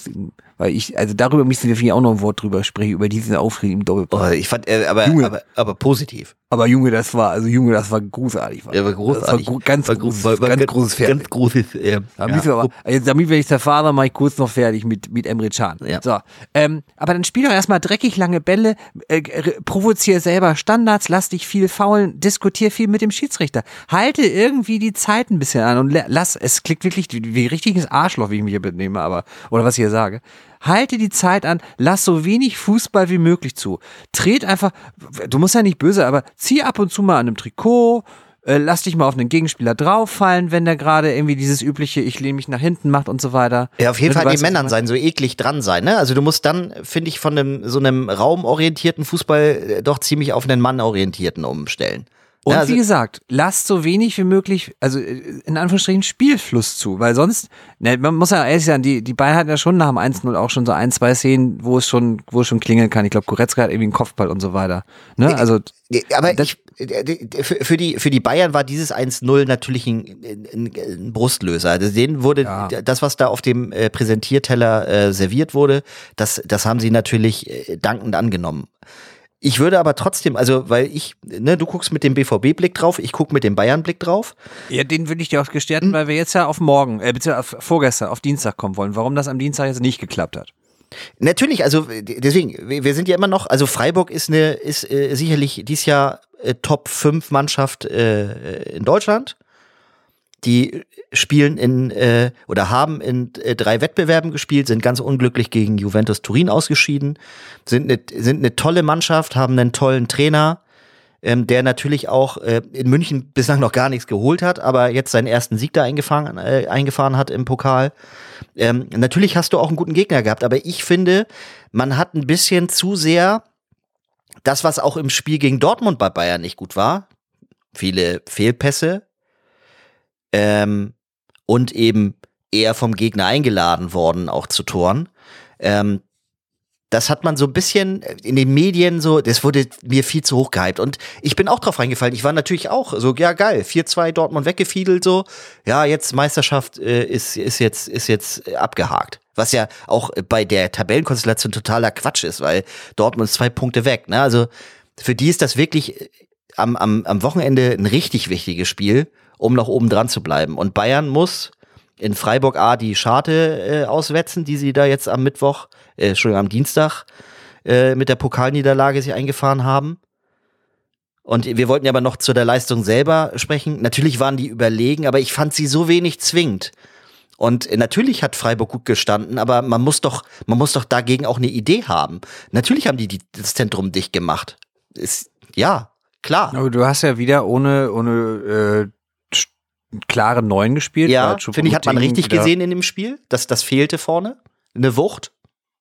Darüber müssen wir vielleicht auch noch ein Wort drüber sprechen, über diesen Auftritt im Doppelpass. Ich fand, aber positiv. Aber Junge, das war großartig. Ja, war großartig. Das war ganz großes Pferd. Ganz großes, damit werde ich der Vater, mache ich kurz noch fertig mit Emre Can. Ja. So, aber dann spiel doch erstmal dreckig lange Bälle, provozier selber Standards, lass dich viel faulen, diskutier viel mit dem Schiedsrichter. Halte irgendwie die Zeit ein bisschen an und es klingt wirklich wie richtiges Arschloch, wie ich mich hier benehme, oder was ich hier sage. Halte die Zeit an, lass so wenig Fußball wie möglich zu. Tret einfach, du musst ja nicht böse, aber zieh ab und zu mal an einem Trikot, lass dich mal auf einen Gegenspieler drauffallen, wenn der gerade irgendwie dieses übliche, ich lehne mich nach hinten macht und so weiter. Ja, auf jeden Fall die Männern sein, so eklig dran sein, ne? Also du musst dann, finde ich, von so einem raumorientierten Fußball doch ziemlich auf einen mannorientierten umstellen. Und wie gesagt, lasst so wenig wie möglich, also in Anführungsstrichen Spielfluss zu, weil sonst, man muss ja ehrlich sagen, die Bayern hatten ja schon nach dem 1-0 auch schon so 1-2 Szenen, wo es schon klingeln kann. Ich glaube, Goretzka hat irgendwie einen Kopfball und so weiter. Ne? Also, aber für die Bayern war dieses 1-0 natürlich ein Brustlöser. Also denen wurde das, was da auf dem Präsentierteller serviert wurde, das haben sie natürlich dankend angenommen. Ich würde aber trotzdem, also weil du guckst mit dem BVB-Blick drauf, ich gucke mit dem Bayern-Blick drauf. Ja, den würde ich dir auch gestatten, weil wir jetzt ja auf morgen, beziehungsweise auf vorgestern, auf Dienstag kommen wollen. Warum das am Dienstag jetzt nicht geklappt hat? Natürlich, also deswegen, wir sind ja immer noch, also Freiburg ist sicherlich dieses Jahr Top 5 Mannschaft in Deutschland. Die spielen haben in 3 Wettbewerben gespielt, sind ganz unglücklich gegen Juventus Turin ausgeschieden, sind eine tolle Mannschaft, haben einen tollen Trainer, der natürlich auch in München bislang noch gar nichts geholt hat, aber jetzt seinen ersten Sieg da eingefahren hat im Pokal. Natürlich hast du auch einen guten Gegner gehabt, aber ich finde, man hat ein bisschen zu sehr das, was auch im Spiel gegen Dortmund bei Bayern nicht gut war, viele Fehlpässe, und eben eher vom Gegner eingeladen worden, auch zu Toren. Das hat man so ein bisschen in den Medien so, das wurde mir viel zu hoch gehypt. Und ich bin auch drauf reingefallen. Ich war natürlich auch so, ja geil, 4-2 Dortmund weggefiedelt so. Ja, jetzt Meisterschaft ist jetzt abgehakt. Was ja auch bei der Tabellenkonstellation totaler Quatsch ist, weil Dortmund ist 2 Punkte weg. Ne? Also für die ist das wirklich am Wochenende ein richtig wichtiges Spiel, um noch oben dran zu bleiben. Und Bayern muss in Freiburg die Scharte auswetzen, die sie da jetzt am Dienstag mit der Pokalniederlage sich eingefahren haben. Und wir wollten ja aber noch zu der Leistung selber sprechen. Natürlich waren die überlegen, aber ich fand sie so wenig zwingend. Und natürlich hat Freiburg gut gestanden, aber man muss doch dagegen auch eine Idee haben. Natürlich haben die das Zentrum dicht gemacht. Ja, klar. Aber du hast ja wieder ohne klare 9 gespielt. Ja, finde ich, hat man richtig gesehen in dem Spiel, dass das fehlte vorne. Eine Wucht.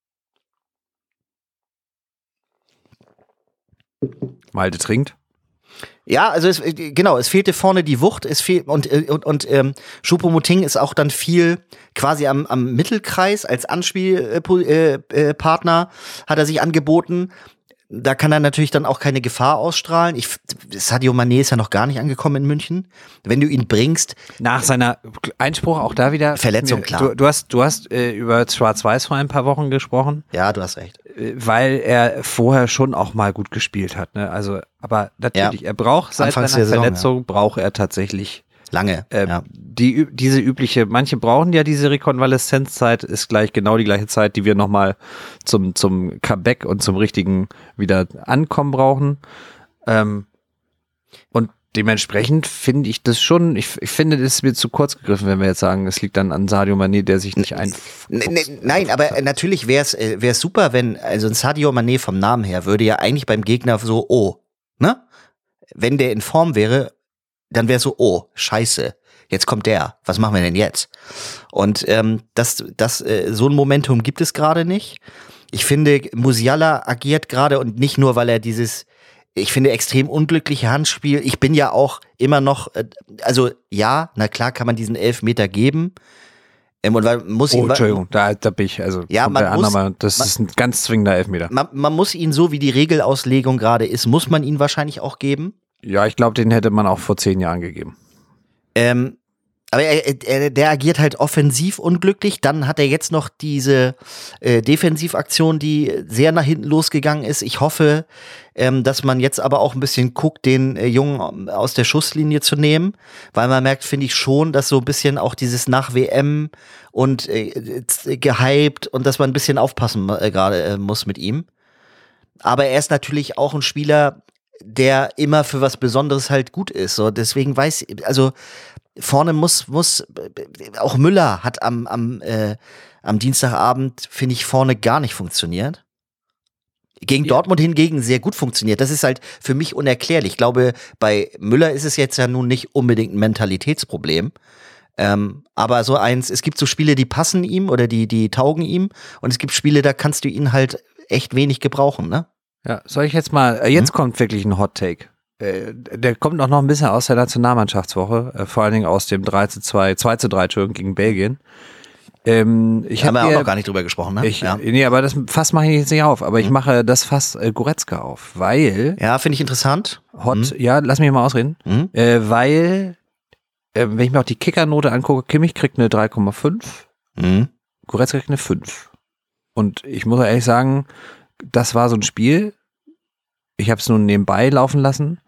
Malte trinkt. Ja, also es fehlte vorne die Wucht, und Choupo-Moting ist auch dann viel quasi am Mittelkreis als Anspielpartner hat er sich angeboten. Da kann er natürlich dann auch keine Gefahr ausstrahlen. Sadio Mané ist ja noch gar nicht angekommen in München. Wenn du ihn bringst. Nach seiner Einspruch auch da wieder. Verletzung, klar. Du hast über Schwarz-Weiß vor ein paar Wochen gesprochen. Ja, du hast recht. Weil er vorher schon auch mal gut gespielt hat. Ne? Also, aber natürlich, er braucht seit seiner Verletzung, braucht er tatsächlich lange. Diese übliche, manche brauchen ja diese Rekonvaleszenzzeit, ist gleich genau die gleiche Zeit, die wir nochmal zum Comeback und zum richtigen wieder ankommen brauchen. Und dementsprechend finde ich das schon, ich finde, das wird zu kurz gegriffen, wenn wir jetzt sagen, es liegt dann an Sadio Mané, der sich nicht Nein, aber natürlich wäre es super, wenn, also ein Sadio Mané vom Namen her würde ja eigentlich beim Gegner so, ne? Wenn der in Form wäre, dann wäre so, oh, scheiße, jetzt kommt der, was machen wir denn jetzt? Und so ein Momentum gibt es gerade nicht. Ich finde, Musiala agiert gerade und nicht nur, weil er ich finde, extrem unglückliche Handspiel. Ich bin ja auch immer noch, na klar kann man diesen Elfmeter geben. Und weil Entschuldigung, da bin ich, das ist ein ganz zwingender Elfmeter. Man muss ihn, so wie die Regelauslegung gerade ist, muss man ihn wahrscheinlich auch geben. Ja, ich glaube, den hätte man auch vor 10 Jahren gegeben. Aber der agiert halt offensiv unglücklich. Dann hat er jetzt noch diese Defensivaktion, die sehr nach hinten losgegangen ist. Ich hoffe, dass man jetzt aber auch ein bisschen guckt, den Jungen aus der Schusslinie zu nehmen. Weil man merkt, finde ich schon, dass so ein bisschen auch dieses nach WM und gehypt und dass man ein bisschen aufpassen gerade muss mit ihm. Aber er ist natürlich auch ein Spieler, der immer für was Besonderes halt gut ist. So, deswegen vorne muss auch Müller hat am Dienstagabend, finde ich, vorne gar nicht funktioniert. Gegen Dortmund hingegen sehr gut funktioniert. Das ist halt für mich unerklärlich. Ich glaube, bei Müller ist es jetzt ja nun nicht unbedingt ein Mentalitätsproblem. Aber es gibt so Spiele, die passen ihm oder die taugen ihm. Und es gibt Spiele, da kannst du ihn halt echt wenig gebrauchen, ne? Ja, soll ich jetzt mal, jetzt kommt wirklich ein Hot Take. Der kommt auch noch ein bisschen aus der Nationalmannschaftswoche, vor allen Dingen aus dem 2:3 gegen Belgien. Haben wir auch noch gar nicht drüber gesprochen, ne? Nee, aber das Fass mache ich jetzt nicht auf, aber ich mache das Fass Goretzka auf, weil... Ja, finde ich interessant. Ja, lass mich mal ausreden. Weil, wenn ich mir auch die Kickernote angucke, Kimmich kriegt eine 3,5, Goretzka kriegt eine 5. Und ich muss ehrlich sagen, das war so ein Spiel, ich habe es nun nebenbei laufen lassen,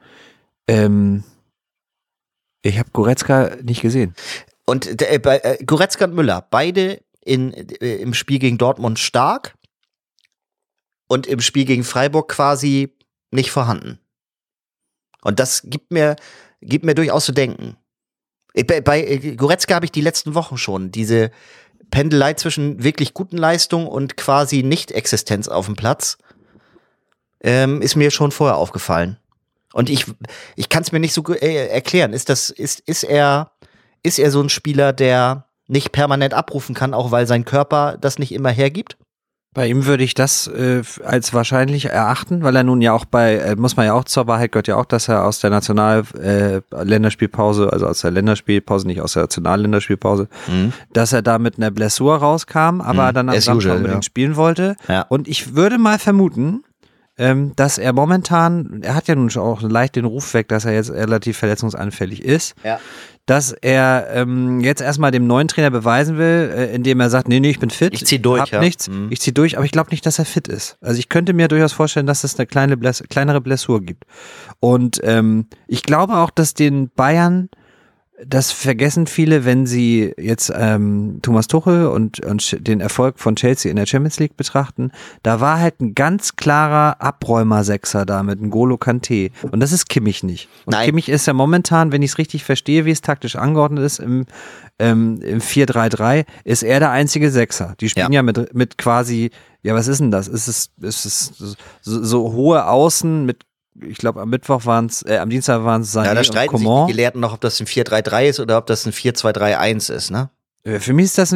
ich habe Goretzka nicht gesehen. Und bei Goretzka und Müller, beide im Spiel gegen Dortmund stark und im Spiel gegen Freiburg quasi nicht vorhanden. Und das gibt mir durchaus zu denken. Bei Goretzka habe ich die letzten Wochen schon diese Pendelei zwischen wirklich guten Leistungen und quasi Nicht-Existenz auf dem Platz ist mir schon vorher aufgefallen. Und ich kann es mir nicht so erklären. Ist er so ein Spieler, der nicht permanent abrufen kann, auch weil sein Körper das nicht immer hergibt? Bei ihm würde ich das als wahrscheinlich erachten, weil er nun ja auch muss man ja auch zur Wahrheit gehört ja auch, dass er aus der Länderspielpause, also aus der Länderspielpause, nicht aus der Nationalländerspielpause, dass er da mit einer Blessur rauskam, aber dann am Samstag unbedingt spielen wollte. Ja. Und ich würde mal vermuten, dass er momentan, er hat ja nun schon auch leicht den Ruf weg, dass er jetzt relativ verletzungsanfällig ist, dass er jetzt erstmal dem neuen Trainer beweisen will, indem er sagt, nee, ich bin fit, ich zieh durch, ich zieh durch, aber ich glaube nicht, dass er fit ist. Also ich könnte mir durchaus vorstellen, dass es eine kleinere Blessur gibt. Und ich glaube auch, dass den Bayern, das vergessen viele, wenn sie jetzt Thomas Tuchel und den Erfolg von Chelsea in der Champions League betrachten. Da war halt ein ganz klarer Abräumer-Sechser da mit N'Golo Kanté. Und das ist Kimmich nicht. Und Kimmich ist ja momentan, wenn ich es richtig verstehe, wie es taktisch angeordnet ist, im 4-3-3, ist er der einzige Sechser. Die spielen ja mit quasi, ja, was ist denn das? Ist es so hohe Außen mit, ich glaube, am Dienstag waren es Sané da streiten sich die Gelehrten noch, ob das ein 4-3-3 ist oder ob das ein 4-2-3-1 ist, ne? Für mich ist das ein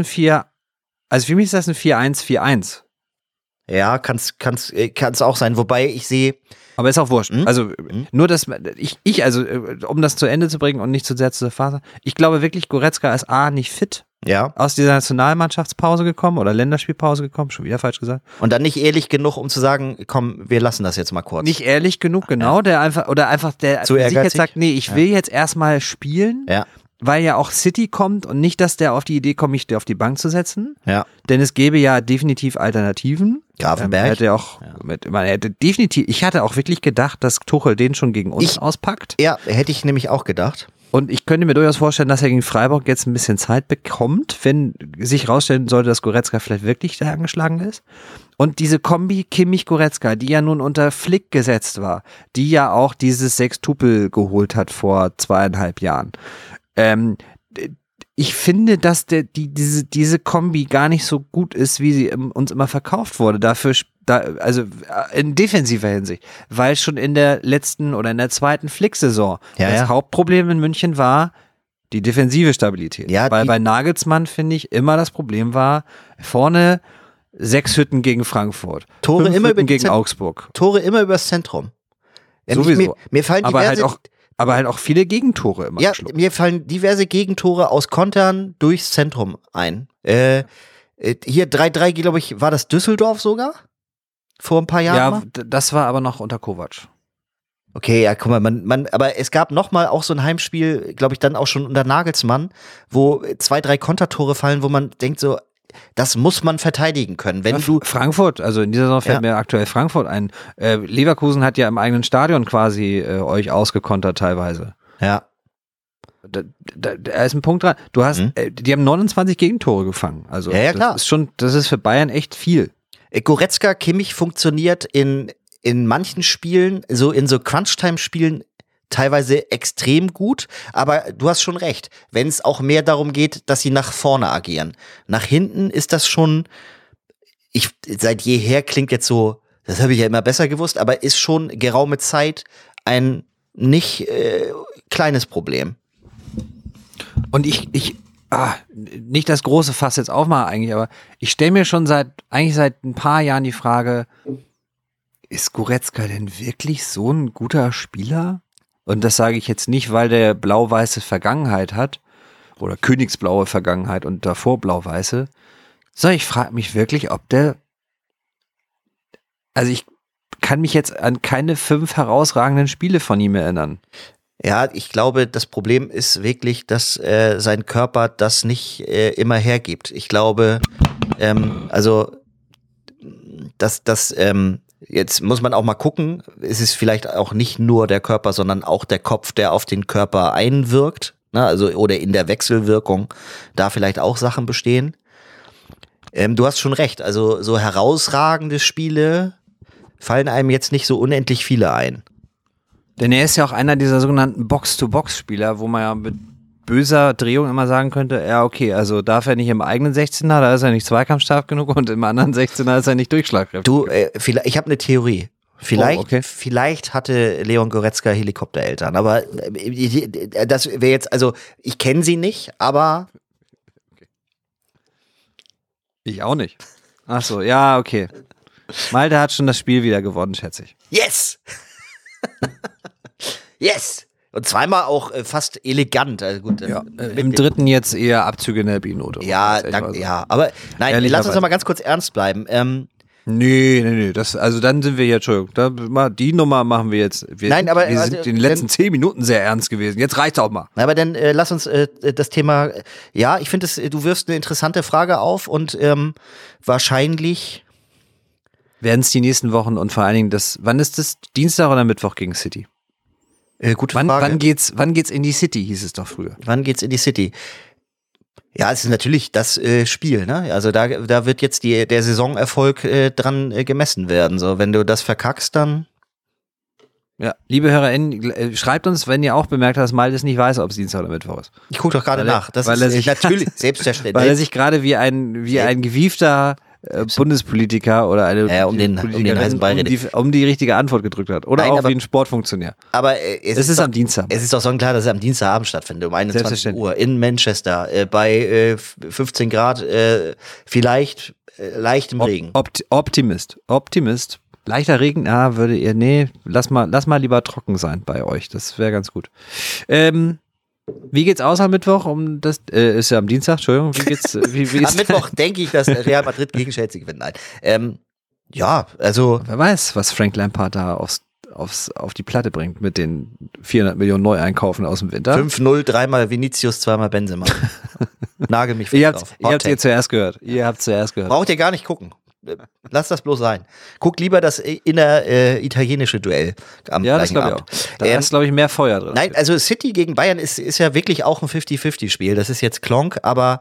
4-1-4-1. Ja, kann's auch sein, wobei ich sehe. Aber ist auch wurscht. Also, nur dass um das zu Ende zu bringen und nicht zu sehr zu zerfasern, ich glaube wirklich, Goretzka ist nicht fit. Ja. Aus dieser Nationalmannschaftspause gekommen oder Länderspielpause gekommen, schon wieder falsch gesagt. Und dann nicht ehrlich genug, um zu sagen, komm, wir lassen das jetzt mal kurz. Nicht ehrlich genug, genau, der einfach der sich jetzt sagt, nee, ich will jetzt erstmal spielen, weil ja auch City kommt und nicht, dass der auf die Idee kommt, mich auf die Bank zu setzen. Ja. Denn es gäbe ja definitiv Alternativen. Grafenberg. Ich hatte auch wirklich gedacht, dass Tuchel den schon gegen uns auspackt. Ja, hätte ich nämlich auch gedacht. Und ich könnte mir durchaus vorstellen, dass er gegen Freiburg jetzt ein bisschen Zeit bekommt, wenn sich rausstellen sollte, dass Goretzka vielleicht wirklich da angeschlagen ist. Und diese Kombi Kimmich-Goretzka, die ja nun unter Flick gesetzt war, die ja auch dieses Sextupel geholt hat vor 2,5 Jahren. Ich finde, dass diese Kombi gar nicht so gut ist, wie sie uns immer verkauft wurde. Dafür also in defensiver Hinsicht, weil schon in der letzten oder in der zweiten Flick-Saison das Hauptproblem in München war die defensive Stabilität. Ja, weil bei Nagelsmann, finde ich, immer das Problem war, vorne 6 Hütten gegen Frankfurt, Tore 5 immer Hütten gegen Augsburg. Tore immer übers Zentrum. Sowieso. Mir fallen aber halt auch viele Gegentore immer. Ja, mir fallen diverse Gegentore aus Kontern durchs Zentrum ein. Hier 3-3, glaube ich, war das Düsseldorf sogar? Vor ein paar Jahren? Ja, das war aber noch unter Kovac. Okay, ja, guck mal, aber es gab nochmal auch so ein Heimspiel, glaube ich, dann auch schon unter Nagelsmann, wo 2, 3 Kontertore fallen, wo man denkt so, das muss man verteidigen können. Wenn du Frankfurt, also in dieser Saison fällt mir aktuell Frankfurt ein. Leverkusen hat ja im eigenen Stadion quasi euch ausgekontert teilweise. Ja. Da ist ein Punkt dran. Du hast, die haben 29 Gegentore gefangen. Also klar. Das ist für Bayern echt viel. Goretzka, Kimmich funktioniert in manchen Spielen, so in so Crunch-Time-Spielen teilweise extrem gut, aber du hast schon recht, wenn es auch mehr darum geht, dass sie nach vorne agieren. Nach hinten ist das schon, seit jeher klingt jetzt so, das habe ich ja immer besser gewusst, aber ist schon geraume Zeit ein nicht kleines Problem. Und nicht das große Fass jetzt aufmachen eigentlich, aber ich stelle mir schon seit ein paar Jahren die Frage, ist Goretzka denn wirklich so ein guter Spieler? Und das sage ich jetzt nicht, weil der blau-weiße Vergangenheit hat oder königsblaue Vergangenheit und davor blau-weiße, sondern ich frage mich wirklich, also ich kann mich jetzt an keine 5 herausragenden Spiele von ihm erinnern. Ja, ich glaube, das Problem ist wirklich, dass sein Körper das nicht immer hergibt. Ich glaube, jetzt muss man auch mal gucken, es ist vielleicht auch nicht nur der Körper, sondern auch der Kopf, der auf den Körper einwirkt, ne? Also oder in der Wechselwirkung da vielleicht auch Sachen bestehen. Du hast schon recht, also so herausragende Spiele fallen einem jetzt nicht so unendlich viele ein. Denn er ist ja auch einer dieser sogenannten Box-to-Box-Spieler, wo man ja mit böser Drehung immer sagen könnte, ja okay, also darf er nicht im eigenen 16er, da ist er nicht zweikampfstark genug und im anderen 16er ist er nicht durchschlagkräftig. Du, ich habe eine Theorie. Vielleicht hatte Leon Goretzka Helikoptereltern, aber das wäre jetzt, also ich kenne sie nicht, aber ich auch nicht. Ach so, ja, okay. Malte hat schon das Spiel wieder gewonnen, schätze ich. Yes! Yes! Und zweimal auch fast elegant. Also gut, im dritten jetzt eher Abzüge in der B-Note. Ja, danke, ja. Aber nein, lass uns doch mal ganz kurz ernst bleiben. Nee. Also dann sind wir jetzt, Entschuldigung, die Nummer machen wir jetzt. Wir sind in den letzten 10 Minuten sehr ernst gewesen. Jetzt reicht's auch mal. Aber dann lass uns das Thema, ja, ich finde, du wirfst eine interessante Frage auf und wahrscheinlich werden es die nächsten Wochen und vor allen Dingen wann ist das? Dienstag oder Mittwoch gegen City? Gute Frage. Wann geht's in die City, hieß es doch früher. Wann geht's in die City? Ja, es ist natürlich das Spiel, ne? Also da wird jetzt der Saisonerfolg dran gemessen werden. So, wenn du das verkackst, dann. Ja, liebe HörerInnen, schreibt uns, wenn ihr auch bemerkt habt, dass Malte es nicht weiß, ob es Dienstag oder Mittwoch ist. Ich gucke doch gerade nach. Das weil ist er sich natürlich selbstverständlich. Weil er sich gerade wie ein gewiefter Bundespolitiker oder eine um den heißen Ball um die richtige Antwort gedrückt hat. Oder auch wie ein Sportfunktionär. Aber es ist am Dienstag. Es ist doch sonnenklar, dass es am Dienstagabend stattfindet, um 21 Uhr in Manchester, bei 15 Grad, vielleicht leichtem Regen. Optimist. Leichter Regen, würde ihr, lass mal lieber trocken sein bei euch. Das wäre ganz gut. Wie geht's aus am Mittwoch? Ist ja am Dienstag, Entschuldigung. Wie geht's? Am Mittwoch denke ich, dass Real Madrid gegen Chelsea gewinnt. Nein. Ja, also. Wer weiß, was Frank Lampard da auf die Platte bringt mit den 400 Millionen Neueinkaufen aus dem Winter. 5-0, 3-mal Vinicius, 2-mal Benzema. Nagel mich fest auf. Ihr habt zuerst gehört. Braucht ihr gar nicht gucken. Lass das bloß sein. Guck lieber das italienische Duell am gleichen Abend. Da ist, glaube ich, mehr Feuer drin. Nein, also City gegen Bayern ist ja wirklich auch ein 50-50-Spiel. Das ist jetzt Klonk, aber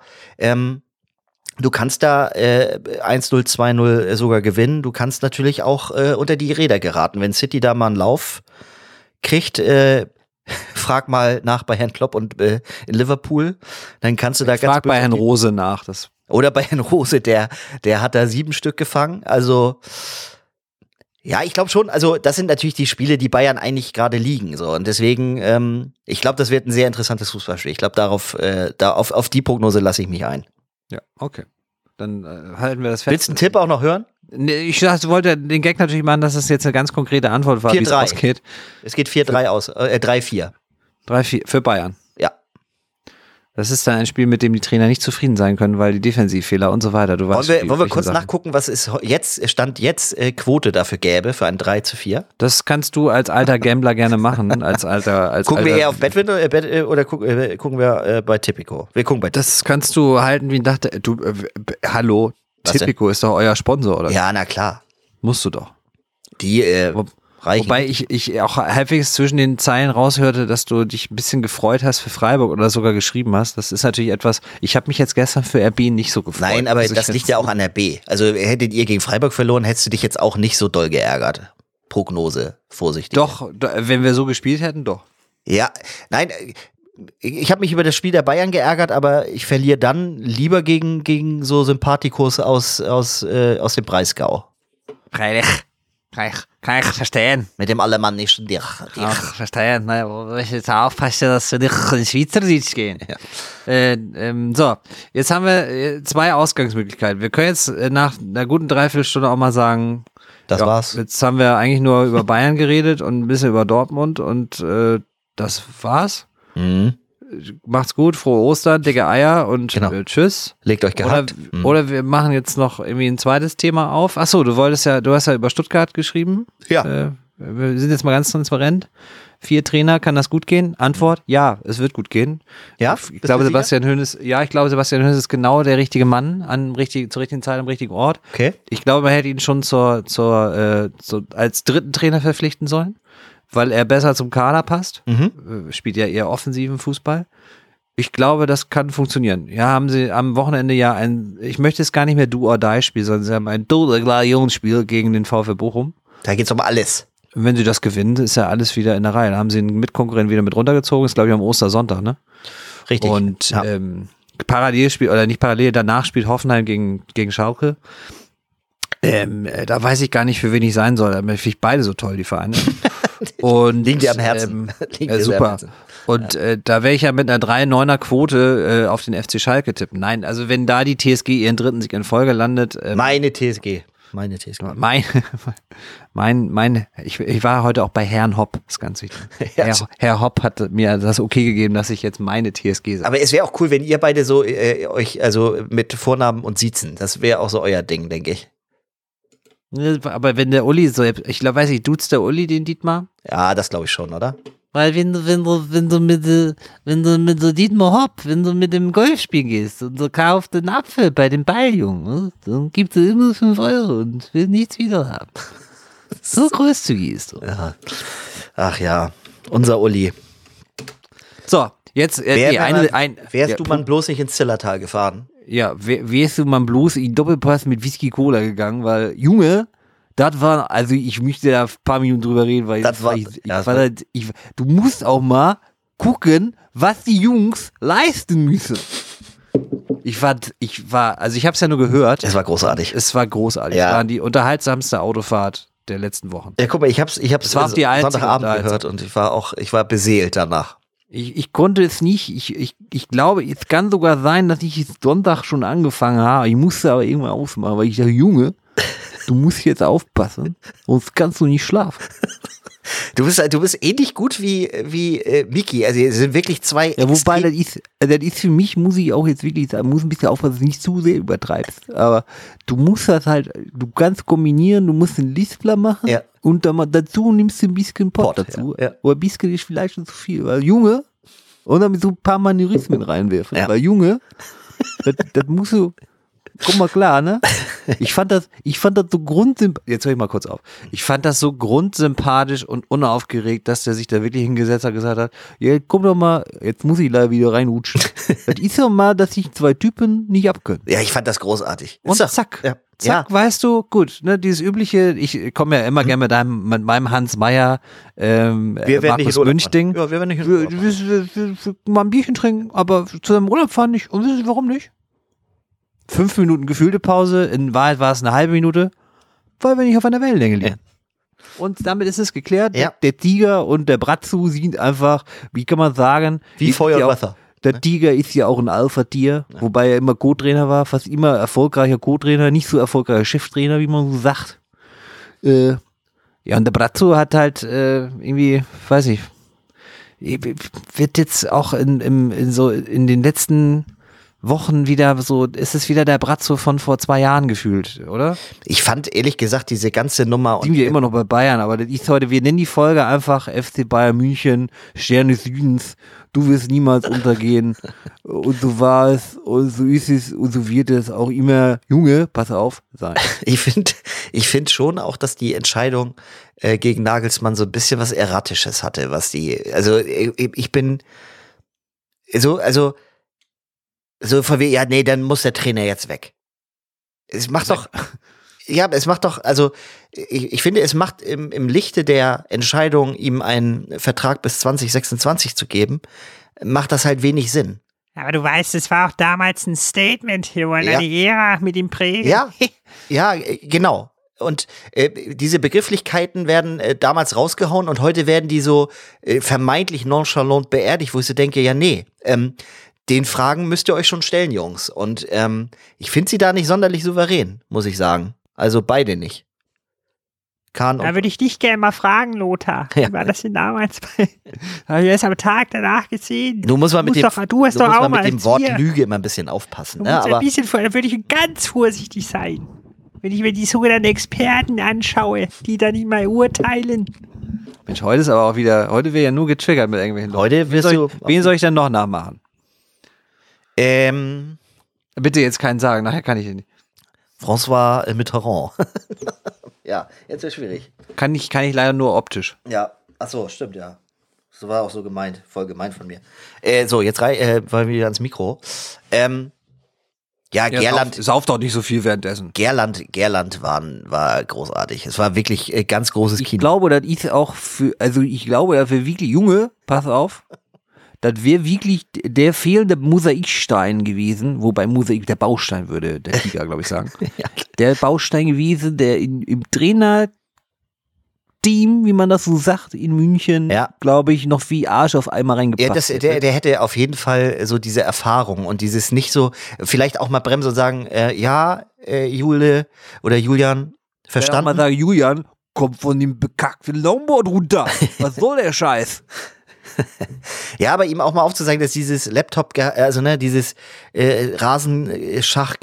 du kannst da 1-0, 2-0 sogar gewinnen. Du kannst natürlich auch unter die Räder geraten. Wenn City da mal einen Lauf kriegt, frag mal nach bei Herrn Klopp und in Liverpool, dann kannst du da ganz frag bei Herrn Rose nach. Oder bei Herrn Rose, der hat da 7 Stück gefangen. Also, Ja, ich glaube schon, also das sind natürlich die Spiele, die Bayern eigentlich gerade liegen. So. Und deswegen, ich glaube, das wird ein sehr interessantes Fußballspiel. Ich glaube, auf die Prognose lasse ich mich ein. Ja, okay. Dann halten wir das fest. Willst du einen Tipp auch noch hören? Nee, ich wollte den Gag natürlich machen, dass das jetzt eine ganz konkrete Antwort war, wie es ausgeht. Es geht 4-3 aus, 3-4. 3-4 für Bayern. Ja. Das ist dann ein Spiel, mit dem die Trainer nicht zufrieden sein können, weil die Defensivfehler und so weiter. Du weißt, wollen wir kurz nachgucken, was es Stand jetzt Quote dafür gäbe für ein 3-4? Das kannst du als alter Gambler gerne machen. Gucken wir eher auf Betwin oder gucken wir bei Tipico? Wir gucken bei Tipico. Das kannst du halten wie ein Dach. Hallo, Tipico ist doch euer Sponsor, oder? Ja, na klar. Musst du doch. Die reichen. Wobei ich auch halbwegs zwischen den Zeilen raushörte, dass du dich ein bisschen gefreut hast für Freiburg oder sogar geschrieben hast. Das ist natürlich etwas, ich habe mich jetzt gestern für RB nicht so gefreut. Nein, aber das liegt ja auch an RB. Also hättet ihr gegen Freiburg verloren, hättest du dich jetzt auch nicht so doll geärgert. Prognose, vorsichtig. Doch, wenn wir so gespielt hätten, doch. Ja, nein, ich habe mich über das Spiel der Bayern geärgert, aber ich verliere dann lieber gegen so Sympathikus aus dem Breisgau. Kann ich verstehen. Mit dem alemannischen Dich. Ach, verstehen. Naja, du musst jetzt aufpassen, dass wir nicht in Schweizerdeutsch gehen. Ja. So, jetzt haben wir 2 Ausgangsmöglichkeiten. Wir können jetzt nach einer guten Dreiviertelstunde auch mal sagen, das war's. Jetzt haben wir eigentlich nur über Bayern geredet und ein bisschen über Dortmund und das war's. Mhm. Macht's gut, frohe Ostern, dicke Eier und tschüss. Legt euch gehabt. Oder wir machen jetzt noch irgendwie ein zweites Thema auf. Achso, du hast ja über Stuttgart geschrieben. Ja. Wir sind jetzt mal ganz transparent. 4 Trainer, kann das gut gehen? Antwort, ja, es wird gut gehen. Ja, ich glaube, Sebastian Hoeneß ist genau der richtige Mann zur richtigen Zeit am richtigen Ort. Okay. Ich glaube, man hätte ihn schon als dritten Trainer verpflichten sollen, weil er besser zum Kader passt. Spielt ja eher offensiven Fußball. Ich glaube, das kann funktionieren. Ja, haben sie am Wochenende ich möchte es gar nicht mehr Do-or-Die-Spiel, sondern sie haben ein Do-or-Die-Spiel gegen den VfB Bochum. Da geht's um alles. Wenn sie das gewinnen, ist ja alles wieder in der Reihe. Da haben sie einen Mitkonkurrenten wieder mit runtergezogen. Ist, glaube ich, am Ostersonntag, ne? Richtig. Und danach spielt Hoffenheim gegen Schalke. Da weiß ich gar nicht, für wen ich sein soll. Da finde ich beide so toll, die Vereine. Und liegen dir am Herzen. Super. Und da wäre ich ja mit einer 3,9er Quote auf den FC Schalke tippen. Nein, also wenn da die TSG ihren dritten Sieg in Folge landet. Meine TSG. Ich war heute auch bei Herrn Hopp, das ist ganz wichtig. Herr Hopp hat mir das okay gegeben, dass ich jetzt meine TSG sage. Aber es wäre auch cool, wenn ihr beide so euch also mit Vornamen und Siezen, das wäre auch so euer Ding, denke ich. Aber wenn der Uli ich glaube, weiß ich, duzt der Uli den Dietmar? Ja, das glaube ich schon, oder? Weil wenn du mit so Dietmar Hopp, wenn du mit dem Golfspiel gehst und du kaufst den Apfel bei dem Balljungen, dann gibt es immer 5 € und will nichts wieder haben. So großzügig ist du. Ja. Ach ja, unser Uli. So, jetzt wärst du man bloß nicht ins Zillertal gefahren? Ja, wärst du man bloß in Doppelpass mit Whisky Cola gegangen, weil, Junge, das war, also ich möchte da ein paar Minuten drüber reden, weil du musst auch mal gucken, was die Jungs leisten müssen. Ich habe es ja nur gehört. Es war großartig. Es war großartig. Ja. Es war die unterhaltsamste Autofahrt der letzten Wochen. Ja, guck mal, ich hab's Sonntagabend gehört und ich war beseelt danach. Ich konnte es nicht, ich glaube, es kann sogar sein, dass ich jetzt Sonntag schon angefangen habe. Ich musste aber irgendwann ausmachen, weil ich dachte, Junge, du musst jetzt aufpassen, sonst kannst du nicht schlafen. Du bist ähnlich gut wie Miki. Also es sind wirklich zwei. Ja, wobei das ist für mich, muss ich auch jetzt wirklich sagen, muss ein bisschen aufpassen, dass du nicht zu sehr übertreibst. Aber du musst das halt, du kannst kombinieren, du musst einen Lispler machen und dann dazu nimmst du ein bisschen Pott dazu. Ja. Oder ein bisschen ist vielleicht schon zu viel. Weil Junge, und dann so ein paar Manierismen reinwerfen. Ja. Weil Junge, das musst du. Guck mal klar, ne? Ich fand das so grundsympathisch. Jetzt höre ich mal kurz auf. Ich fand das so grundsympathisch und unaufgeregt, dass der sich da wirklich hingesetzt hat und gesagt hat, ja, komm doch mal, jetzt muss ich leider wieder reinrutschen. Das ist ja mal, dass sich 2 Typen nicht abkönnen. Ja, ich fand das großartig. Und zack. Ja. Zack, weißt du, gut, ne, dieses übliche, ich komme ja immer gerne mit meinem Hans Meyer, Markus Münch-Ding. Ja, wir werden nicht wir mal ein Bierchen trinken, aber zu seinem Urlaub fahren nicht. Und wissen Sie, warum nicht? 5 Minuten gefühlte Pause, in Wahrheit war es eine halbe Minute, weil wir nicht auf einer Wellenlänge liegen. Und damit ist es geklärt. Ja. Der Tiger und der Brazzo sind einfach, wie kann man sagen, Wie Feuer und Wasser. Der Tiger ist ja auch ein Alpha-Tier, wobei er immer Co-Trainer war, fast immer erfolgreicher Co-Trainer, nicht so erfolgreicher Cheftrainer, wie man so sagt. Ja, und der Brazzo hat halt irgendwie, weiß ich, wird jetzt auch in den letzten Wochen wieder so, ist es wieder der Brazzo von vor 2 Jahren gefühlt, oder? Ich fand ehrlich gesagt diese ganze Nummer. Sind wir immer noch bei Bayern, aber das ist heute, wir nennen die Folge einfach FC Bayern München, Sterne Südens, du wirst niemals untergehen und so war es und so ist es und so wird es auch immer, Junge, pass auf, sein. Ich finde schon auch, dass die Entscheidung gegen Nagelsmann so ein bisschen was Erratisches hatte, was ich bin so von wegen, ja, nee, dann muss der Trainer jetzt weg. Es macht doch, also ich finde, es macht im Lichte der Entscheidung, ihm einen Vertrag bis 2026 zu geben, macht das halt wenig Sinn. Aber du weißt, es war auch damals ein Statement. Wir wollen eine Ära mit ihm prägen. Ja, genau. Und diese Begrifflichkeiten werden damals rausgehauen und heute werden die so vermeintlich nonchalant beerdigt, wo ich so denke, ja, nee, den Fragen müsst ihr euch schon stellen, Jungs. Und ich finde sie da nicht sonderlich souverän, muss ich sagen. Also beide nicht. Da würde ich dich gerne mal fragen, Lothar. Ja. Wie war das denn damals? Habe ich erst am Tag danach gesehen. Du musst mal mit dem als Wort wir. Lüge immer ein bisschen aufpassen. Du Ne? musst Aber ein bisschen, da würde ich ganz vorsichtig sein. Wenn ich mir die sogenannten Experten anschaue, die da nicht mal urteilen. Mensch, heute ist aber auch wieder, heute wird ja nur getriggert mit irgendwelchen Leuten. heute wirst du. Wen soll ich denn noch nachmachen? Bitte jetzt keinen sagen, nachher kann ich ihn nicht. François Mitterrand. Ja, jetzt wird schwierig. Kann ich leider nur optisch. Ja, ach so, stimmt, ja. So war auch so gemeint, voll gemeint von mir. So, jetzt wollen wir wieder ans Mikro. Ja, Gerland. Sauft doch nicht so viel währenddessen. Gerland war großartig. Es war wirklich ganz großes Ich Kino. glaube, das ist auch ich glaube, dass wir wirklich, Junge, pass auf, das wäre wirklich der fehlende Mosaikstein gewesen, wobei Mosaik der Baustein würde der Tiger, glaube ich, sagen. Ja. Der Baustein gewesen, der im Trainerteam, wie man das so sagt, in München, Ja. glaube ich, noch wie Arsch auf einmal Ja, reingepasst hätte. der hätte auf jeden Fall so diese Erfahrung und dieses nicht so, vielleicht auch mal bremsen und sagen, Jule oder Julian, verstanden? Mal sagen, Julian, kommt von dem bekackten Longboard runter. Was soll der Scheiß? Ja, aber ihm auch mal aufzuzeigen, dass dieses Laptop, also ne, dieses Rasenschach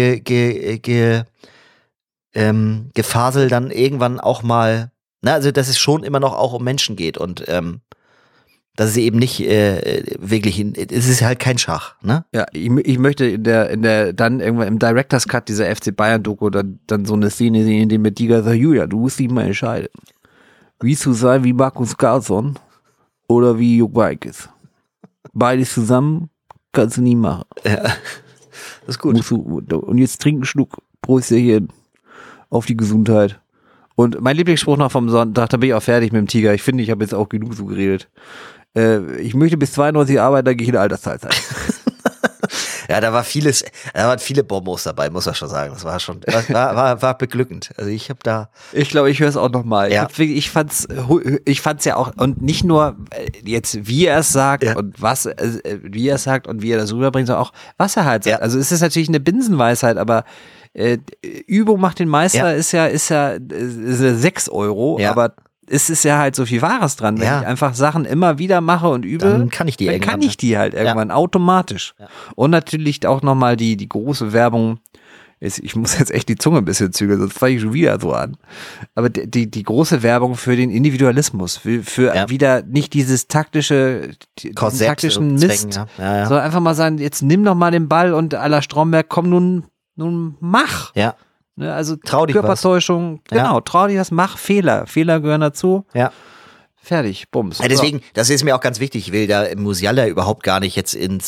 Gefasel dann irgendwann auch mal, ne, also dass es schon immer noch auch um Menschen geht und dass es eben nicht wirklich, es ist halt kein Schach, ne? Ja, ich möchte in der dann irgendwann im Director's Cut dieser FC Bayern Doku dann so eine Szene sehen, in der mit Tiger sagt, Julia, du musst dich mal entscheiden. Willst du sein wie Markus Carlsson oder wie Jupp Heynckes? Beides zusammen kannst du nie machen. Ja, das ist gut. Und jetzt trink einen Schluck. Prösterchen auf die Gesundheit. Und mein Lieblingsspruch noch vom Sonntag, da bin ich auch fertig mit dem Tiger. Ich finde, ich habe jetzt auch genug so geredet. Ich möchte bis 92 arbeiten, dann gehe ich in Altersteilzeit. Ja, da waren viele Bonbons dabei, muss man schon sagen. Das war schon, war beglückend. Also ich habe da. Ich glaube, ich höre es auch nochmal. Ja. Ich fand's ja auch, und nicht nur jetzt, wie er es sagt und wie er es sagt und wie er das rüberbringt, sondern auch, was er halt sagt. Ja. Also es ist natürlich eine Binsenweisheit, aber Übung macht den Meister ist ja 6 Euro, Ja. aber es ist ja halt so viel Wahres dran. Wenn Ja. ich einfach Sachen immer wieder mache und übe, Dann kann ich die halt irgendwann automatisch. Ja. Und natürlich auch nochmal die große Werbung. Ich muss jetzt echt die Zunge ein bisschen zügeln, sonst fange ich schon wieder so an. Aber die große Werbung für den Individualismus, für wieder nicht dieses taktischen Mist, sondern einfach mal sagen, jetzt nimm doch mal den Ball und à la Stromberg, komm nun mach. Ja. Ne, also Trau dich Körpertäuschung, genau, trau dich was, mach Fehler gehören dazu. Ja. Fertig, bums. Ja, deswegen, das ist mir auch ganz wichtig, ich will da Musiala überhaupt gar nicht jetzt in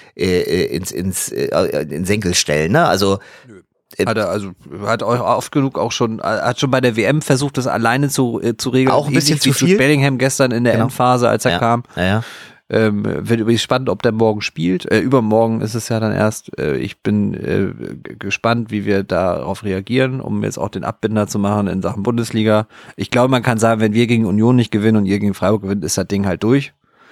Senkel stellen, ne? Also hat euch oft genug auch schon, hat schon bei der WM versucht, das alleine zu regeln. Auch ein bisschen Ähnlich zu wie viel. Bellingham gestern in der Endphase, als er kam. Ja. Wird übrigens spannend, ob der morgen spielt. Übermorgen ist es ja dann erst. Ich bin gespannt, wie wir darauf reagieren, um jetzt auch den Abbinder zu machen in Sachen Bundesliga. Ich glaube, man kann sagen, wenn wir gegen Union nicht gewinnen und ihr gegen Freiburg gewinnt, ist das Ding halt durch.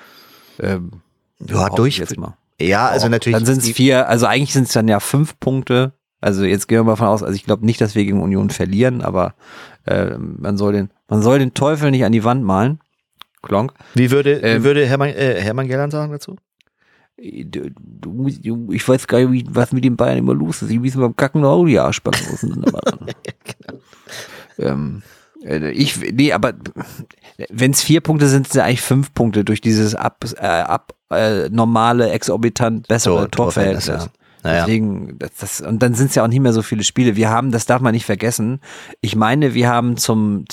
Durch. Jetzt mal. Ja, also natürlich. Dann sind es 4, also eigentlich sind es dann ja 5 Punkte. Also jetzt gehen wir mal davon aus, also ich glaube nicht, dass wir gegen Union verlieren, aber man soll den Teufel nicht an die Wand malen. Klonk. Wie würde Hermann Gerland sagen dazu? Ich weiß gar nicht, was mit den Bayern immer los ist. Die müssen beim Kacken auch die Arschbacken auseinander. Aber wenn es 4 Punkte sind, sind es eigentlich 5 Punkte durch dieses normale, exorbitant bessere Torverhältnis. Ja. Naja. Deswegen, und dann sind es ja auch nicht mehr so viele Spiele. Wir haben, das darf man nicht vergessen. Ich meine, wir haben zum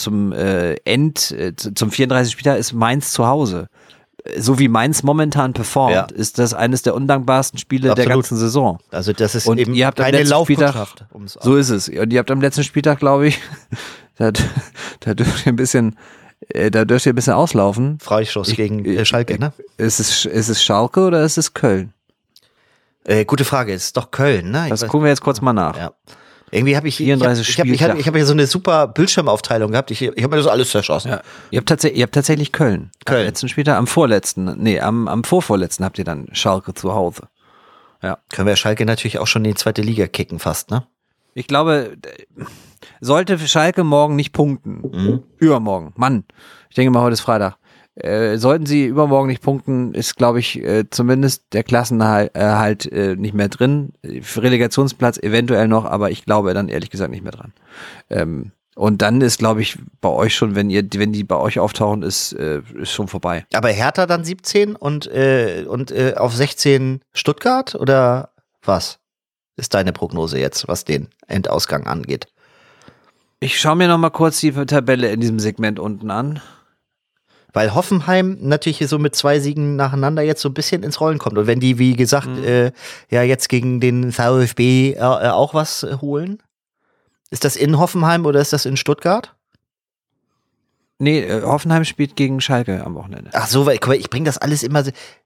34. Spieltag ist Mainz zu Hause. So wie Mainz momentan performt, ist das eines der undankbarsten Spiele der ganzen Saison. Also das ist und eben ihr habt keine Laufkundschaft. So ist es. Und ihr habt am letzten Spieltag, glaube ich, da dürft ihr ein bisschen auslaufen. Freischuss gegen Schalke, ne? Ist es Schalke oder ist es Köln? Gute Frage, es ist doch Köln, ne? Das gucken wir jetzt kurz mal nach. Ja. Irgendwie habe ich 34 Spieltag. Ich habe hier so eine super Bildschirmaufteilung gehabt. Ich habe mir das alles zerschossen. Ja. Ihr habt tatsächlich Köln. Am letzten Spieltag, am vorvorletzten habt ihr dann Schalke zu Hause. Ja. Können wir Schalke natürlich auch schon in die zweite Liga kicken fast, ne? Ich glaube, sollte Schalke morgen nicht punkten, übermorgen, Mann, ich denke mal, heute ist Freitag, sollten sie übermorgen nicht punkten, ist, glaube ich, zumindest der Klassenerhalt nicht mehr drin. Relegationsplatz eventuell noch, aber ich glaube dann ehrlich gesagt nicht mehr dran. Und dann ist, glaube ich, bei euch schon, wenn die bei euch auftauchen, ist schon vorbei. Aber Hertha dann 17 und auf 16 Stuttgart oder was ist deine Prognose jetzt, was den Endausgang angeht? Ich schaue mir noch mal kurz die Tabelle in diesem Segment unten an. Weil Hoffenheim natürlich so mit 2 Siegen nacheinander jetzt so ein bisschen ins Rollen kommt. Und wenn die, wie gesagt, jetzt gegen den VfB auch was holen, ist das in Hoffenheim oder ist das in Stuttgart? Nee, Hoffenheim spielt gegen Schalke am Wochenende. Ach so, weil ich bringe das alles immer,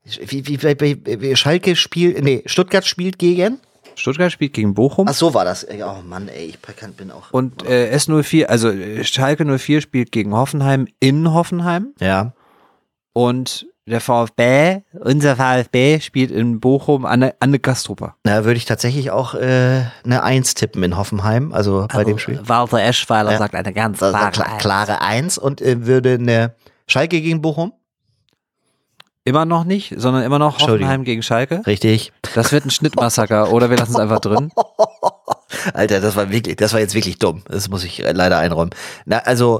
wie Schalke spielt, Stuttgart spielt gegen? Stuttgart spielt gegen Bochum. Ach so war das. Oh Mann, ey, ich bin auch. Und S04, also Schalke 04 spielt gegen Hoffenheim in Hoffenheim. Ja. Und unser VfB spielt in Bochum an der Gastrupper. Na, würde ich tatsächlich auch eine 1 tippen in Hoffenheim, also bei dem Spiel. Walter Eschweiler sagt eine ganz klare 1 und würde eine Schalke gegen Bochum? Immer noch nicht, sondern immer noch Hoffenheim gegen Schalke. Richtig. Das wird ein Schnittmassaker oder wir lassen es einfach drin. Alter, das war jetzt wirklich dumm. Das muss ich leider einräumen. Na, also,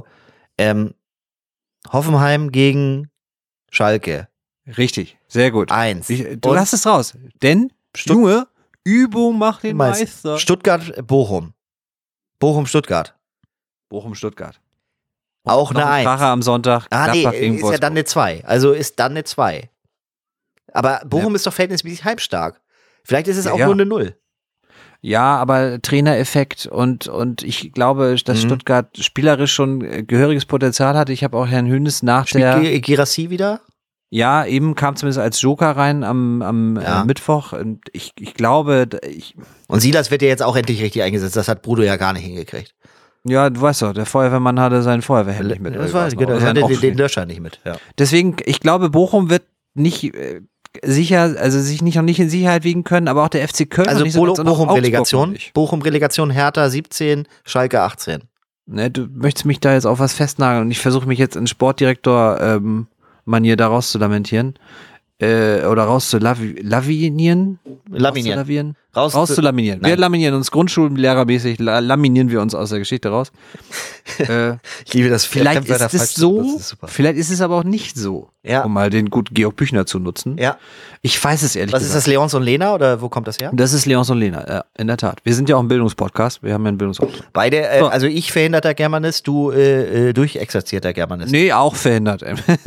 Hoffenheim gegen Schalke. Richtig, sehr gut. 1. Du hast es raus. Denn, Junge, Übung macht den Meister. Stuttgart-Bochum. Bochum-Stuttgart. Bochum-Stuttgart. Auch eine 1. Kracher am Sonntag. Nee, ist ja dann eine 2. Also ist dann eine 2. Aber Bochum ist doch verhältnismäßig halbstark. Vielleicht ist es auch nur eine 0. Ja, aber Trainereffekt und ich glaube, dass Stuttgart spielerisch schon gehöriges Potenzial hatte. Ich habe auch Herrn Hönes Spielt Girassi wieder? Ja, eben kam zumindest als Joker rein am Mittwoch. Und ich glaube... Und Silas wird ja jetzt auch endlich richtig eingesetzt. Das hat Bruno ja gar nicht hingekriegt. Ja, du weißt doch, der Feuerwehrmann hatte sein Feuerwehrhemd nicht mit. Das war, genau, er hatte den Löscher nicht mit. Ja. Deswegen, ich glaube, Bochum wird nicht sicher, also sich noch nicht in Sicherheit wiegen können, aber auch der FC Köln. Also nicht so Bochum-Relegation, Bochum-Relegation, Hertha 17, Schalke 18. Ne, du möchtest mich da jetzt auf was festnageln und ich versuche mich jetzt in Sportdirektor-Manier da rauszulamentieren. Oder rauszulavinieren. Rauszulaminieren. Wir laminieren uns grundschullehrermäßig, laminieren wir uns aus der Geschichte raus. Ich liebe das. Vielleicht ist es so, vielleicht ist es aber auch nicht so, um mal den guten Georg Büchner zu nutzen. Ja. Ich weiß es ehrlich gesagt. Was ist das, Leons und Lena oder wo kommt das her? Das ist Leons und Lena, ja, in der Tat. Wir sind ja auch ein Bildungspodcast, wir haben ja einen Bildungsauftrag. Beide, also ich verhinderter Germanist, du durchexerzierter Germanist. Nee, auch verhindert.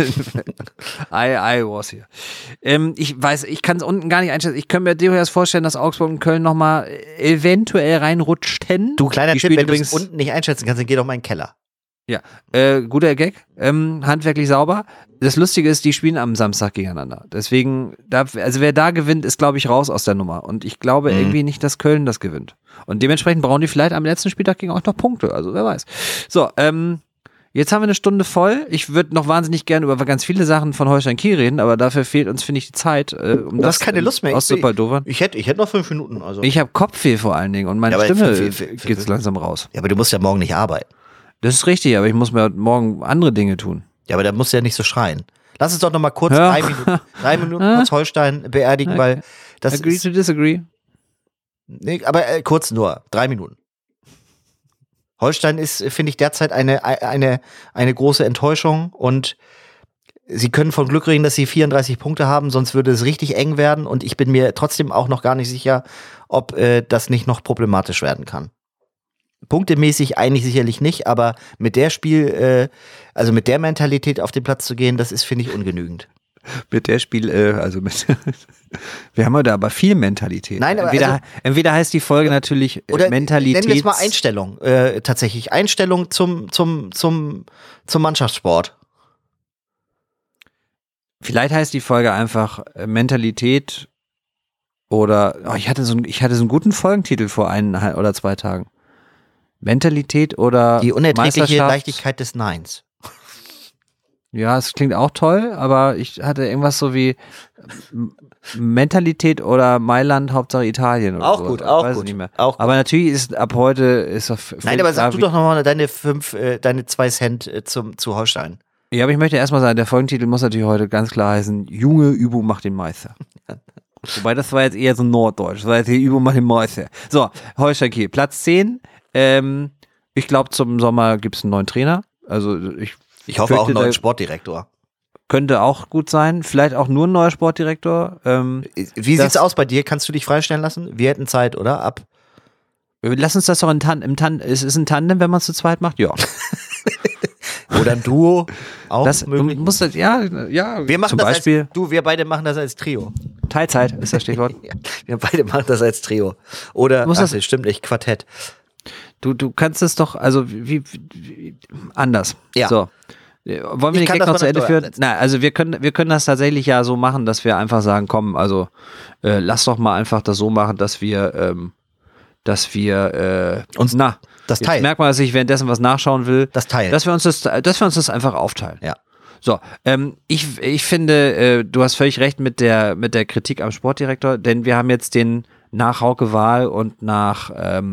I was here. Ich kann es unten gar nicht einschätzen. Ich könnte mir durchaus vorstellen, dass Augsburg und Köln nochmal eventuell reinrutschten. Du kleiner Tipp, wenn du es unten nicht einschätzen kannst, dann geh doch mal in den Keller. Ja, guter Gag, handwerklich sauber. Das Lustige ist, die spielen am Samstag gegeneinander. Deswegen, also wer da gewinnt, ist, glaube ich, raus aus der Nummer. Und ich glaube irgendwie nicht, dass Köln das gewinnt. Und dementsprechend brauchen die vielleicht am letzten Spieltag gegen auch noch Punkte. Also wer weiß. So, jetzt haben wir eine Stunde voll. Ich würde noch wahnsinnig gerne über ganz viele Sachen von Holstein Kiel reden, aber dafür fehlt uns, finde ich, die Zeit, um Du hast keine Lust mehr. auszupaldowern. Ich hätte noch 5 Minuten. Also. Ich habe Kopfweh vor allen Dingen und meine Ja, aber Stimme für- geht langsam raus. Ja, aber du musst ja morgen nicht arbeiten. Das ist richtig, aber ich muss mir morgen andere Dinge tun. Ja, aber da musst du ja nicht so schreien. Lass uns doch noch mal kurz Ja. 3 Minuten kurz Holstein beerdigen, weil das Agree ist, to disagree. nee, aber kurz nur, 3 Minuten. Holstein ist, finde ich, derzeit eine große Enttäuschung und sie können von Glück reden, dass sie 34 Punkte haben, sonst würde es richtig eng werden und ich bin mir trotzdem auch noch gar nicht sicher, ob das nicht noch problematisch werden kann. Punktemäßig eigentlich sicherlich nicht, aber mit der also mit der Mentalität auf den Platz zu gehen, das ist, finde ich, ungenügend. Mit der wir haben heute aber viel Mentalität. Nein, aber entweder heißt die Folge natürlich Oder Mentalität. nennen wir es mal Einstellung, tatsächlich. Einstellung zum Mannschaftssport. Vielleicht heißt die Folge einfach Mentalität oder ich hatte so einen guten Folgentitel vor 1 oder 2 Tagen. Mentalität oder Die unerträgliche Meisterschaft. Leichtigkeit des Neins. Ja, es klingt auch toll, aber ich hatte irgendwas so wie Mentalität oder Mailand, Hauptsache Italien oder Auch so. gut, Ich auch weiß es gut. nicht mehr. Auch gut. Aber natürlich ist ab heute ist auf Nein, aber sag du doch nochmal deine 2 Cent zu Holstein. Ja, aber ich möchte erstmal sagen, der Folgentitel muss natürlich heute ganz klar heißen, Junge, Übung macht den Meister. Wobei das war jetzt eher so norddeutsch, das war jetzt die Übung macht den Meister. So, Holstein Kiel, Platz 10. Ich glaube, zum Sommer gibt es einen neuen Trainer. Also Ich hoffe auch einen neuen der Sportdirektor. könnte auch gut sein. Vielleicht auch nur ein neuer Sportdirektor. Wie sieht's aus bei dir? Kannst du dich freistellen lassen? Wir hätten Zeit, oder? Lass uns das doch es ist ein Tandem, wenn man es zu zweit macht? Ja. Oder ein Duo? Auch Das möglich? muss das, ja. Wir machen zum das Beispiel wir beide machen das als Trio. Teilzeit ist das Stichwort. Ja, wir beide machen das als Trio. Oder, das stimmt nicht, Quartett. Du kannst es doch, also wie anders. Ja. So. Wollen wir Ich den kann Gag das noch mal zu Ende nach führen? Steuer Nein, also wir können das tatsächlich ja so machen, dass wir einfach sagen, komm, also lass doch mal einfach das so machen, dass wir Uns das jetzt teilen. merkt man, dass ich währenddessen was nachschauen will. Das teilen. Dass wir uns das einfach aufteilen. Ja. So, ich finde, du hast völlig recht mit der Kritik am Sportdirektor, denn wir haben jetzt nach Hauke Wahl und nach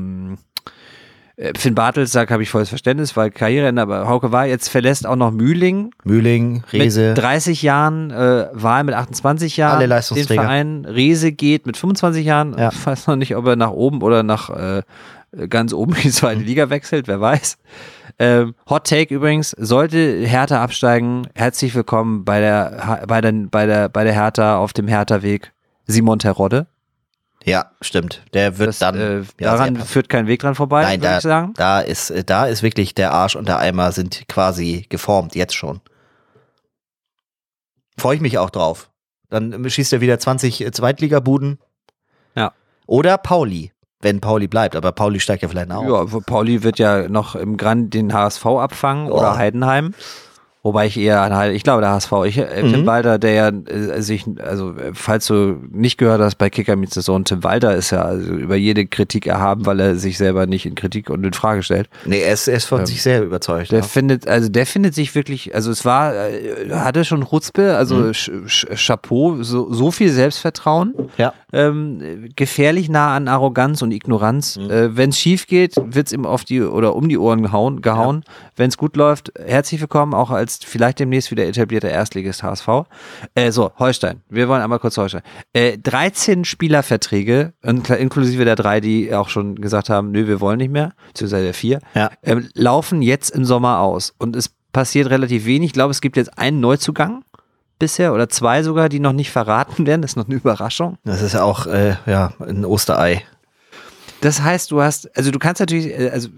Finn Bartels, da habe ich volles Verständnis, weil Karriereende, aber Hauke Wahl jetzt verlässt auch noch Mühling. Rehse. Mit 30 Jahren, Wahl mit 28 Jahren. Alle Leistungsträger. Den Verein Rehse geht mit 25 Jahren. Ja. Ich weiß noch nicht, ob er nach oben oder nach ganz oben in die zweite Liga wechselt, wer weiß. Hot Take übrigens, sollte Hertha absteigen, herzlich willkommen bei der Hertha auf dem Hertha-Weg, Simon Terodde. Ja, stimmt. Der wird dann. Daran führt kein Weg dran vorbei, Nein, würde ich sagen. da ist wirklich der Arsch und der Eimer sind quasi geformt, jetzt schon. Freue ich mich auch drauf. Dann schießt er wieder 20 Zweitligabuden. Ja. Oder Pauli, wenn Pauli bleibt. Aber Pauli steigt ja vielleicht auch. Ja, Pauli wird ja noch im Grand den HSV abfangen Oh. oder Heidenheim. Wobei ich glaube der HSV. Tim Walter, der ja falls du nicht gehört hast bei Kicker mit Saison, Tim Walter ist ja also über jede Kritik erhaben, weil er sich selber nicht in Kritik und in Frage stellt. Nee, er ist von sich sehr überzeugt. Der ja. findet sich wirklich, also es war, hatte schon Chutzpe, also Chapeau, so viel Selbstvertrauen. Ja. Gefährlich nah an Arroganz und Ignoranz. Wenn es schief geht, wird es ihm um die Ohren gehauen. Ja. Wenn es gut läuft, herzlich willkommen, auch als vielleicht demnächst wieder etablierter Erstligist HSV. So, Holstein. Wir wollen einmal kurz Holstein. 13 Spielerverträge, inklusive der 3, die auch schon gesagt haben, nö, wir wollen nicht mehr, beziehungsweise der 4, Ja. laufen jetzt im Sommer aus. Und es passiert relativ wenig. Ich glaube, es gibt jetzt einen Neuzugang bisher oder 2 sogar, die noch nicht verraten werden. Das ist noch eine Überraschung. Das ist ja auch ein Osterei. das heißt, du kannst natürlich,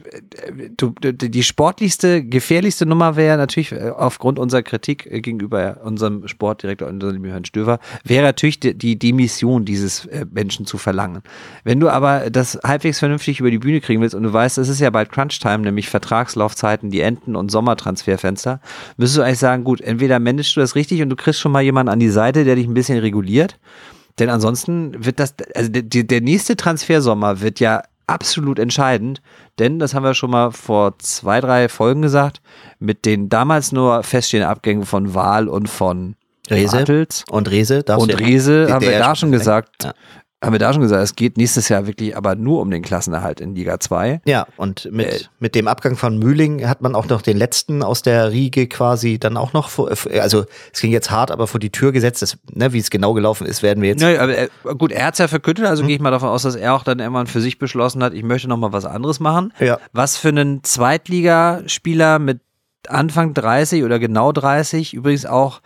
die sportlichste, gefährlichste Nummer wäre natürlich aufgrund unserer Kritik gegenüber unserem Sportdirektor, unserem Herrn Stöver, wäre natürlich die Mission dieses Menschen zu verlangen. Wenn du aber das halbwegs vernünftig über die Bühne kriegen willst und du weißt, es ist ja bald Crunch-Time, nämlich Vertragslaufzeiten, die Enden und Sommertransferfenster, müsstest du eigentlich sagen, gut, entweder managst du das richtig und du kriegst schon mal jemanden an die Seite, der dich ein bisschen reguliert. Denn ansonsten wird der nächste Transfersommer wird ja absolut entscheidend, denn das haben wir schon mal vor 2-3 Folgen gesagt, mit den damals nur feststehenden Abgängen von Wahl und von Rese Bartels und Rese haben wir da schon gesagt, ja. Es geht nächstes Jahr wirklich aber nur um den Klassenerhalt in Liga 2. Ja, und mit dem Abgang von Mühling hat man auch noch den letzten aus der Riege quasi dann auch noch, also es ging jetzt hart, aber vor die Tür gesetzt. Das, ne, wie es genau gelaufen ist, werden wir jetzt. Ja, aber gut, er hat es ja verkündet, also gehe ich mal davon aus, dass er auch dann irgendwann für sich beschlossen hat, ich möchte noch mal was anderes machen. Ja. Was für einen Zweitligaspieler mit Anfang 30 oder genau 30 übrigens auch.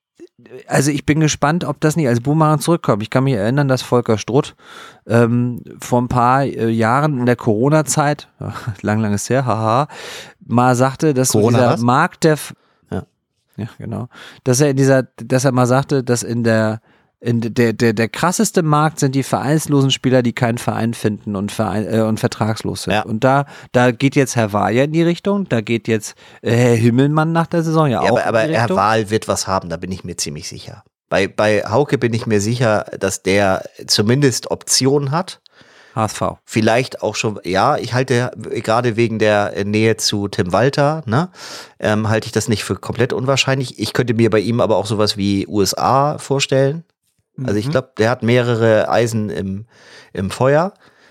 Also ich bin gespannt, ob das nicht als Boomerang zurückkommt. Ich kann mich erinnern, dass Volker Strutt vor ein paar Jahren in der Corona-Zeit, lang ist her, haha, mal sagte, dass so dieser Markt der ja, genau, dass er mal sagte, dass der krasseste Markt sind die vereinslosen Spieler, die keinen Verein finden und vertragslos sind. Ja. Und da geht jetzt Herr Wahl ja in die Richtung, da geht jetzt Herr Himmelmann nach der Saison ja auch aber in die Richtung. Herr Wahl wird was haben, da bin ich mir ziemlich sicher. Bei Hauke bin ich mir sicher, dass der zumindest Optionen hat. HSV. Vielleicht auch schon, ja, ich halte gerade wegen der Nähe zu Tim Walter, ne, halte ich das nicht für komplett unwahrscheinlich. Ich könnte mir bei ihm aber auch sowas wie USA vorstellen. Also ich glaube, der hat mehrere Eisen im Feuer.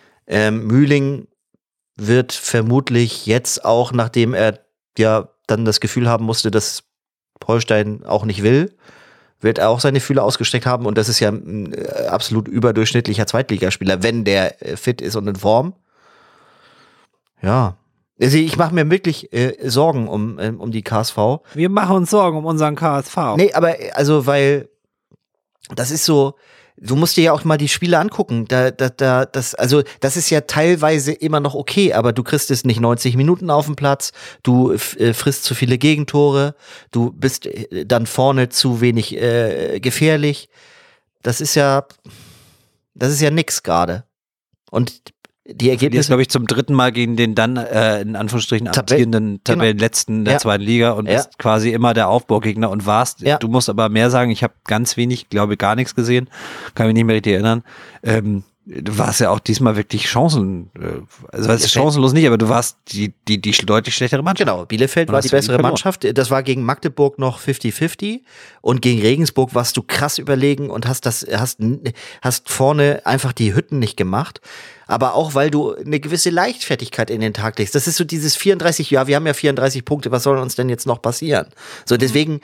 Mühling wird vermutlich jetzt auch, nachdem er ja dann das Gefühl haben musste, dass Holstein auch nicht will, wird er auch seine Fühler ausgestreckt haben. Und das ist ja ein absolut überdurchschnittlicher Zweitligaspieler, wenn der fit ist und in Form. Ja. Also ich mache mir wirklich Sorgen um die KSV. Wir machen uns Sorgen um unseren KSV. Nee, aber also, weil das ist so, du musst dir ja auch mal die Spiele angucken. Das ist ja teilweise immer noch okay, aber du kriegst es nicht 90 Minuten auf dem Platz, du frisst zu viele Gegentore, du bist dann vorne zu wenig gefährlich. Das ist ja nix gerade. Und die Ergebnisse. Jetzt, glaube ich, zum 3. Mal gegen den dann in Anführungsstrichen amtierenden Tabellenletzten der 2. Liga und bist quasi immer der Aufbaugegner und warst. Ja. Du musst aber mehr sagen, ich habe ganz wenig, glaube gar nichts gesehen, kann mich nicht mehr richtig erinnern. Du warst ja auch diesmal wirklich chancenlos nicht, aber du warst die deutlich schlechtere Mannschaft. Genau, Bielefeld war die bessere Mannschaft. Das war gegen Magdeburg noch 50-50 und gegen Regensburg warst du krass überlegen und hast vorne einfach die Hütten nicht gemacht. Aber auch, weil du eine gewisse Leichtfertigkeit in den Tag legst. Das ist so dieses 34, ja, wir haben ja 34 Punkte, was soll uns denn jetzt noch passieren? So, deswegen,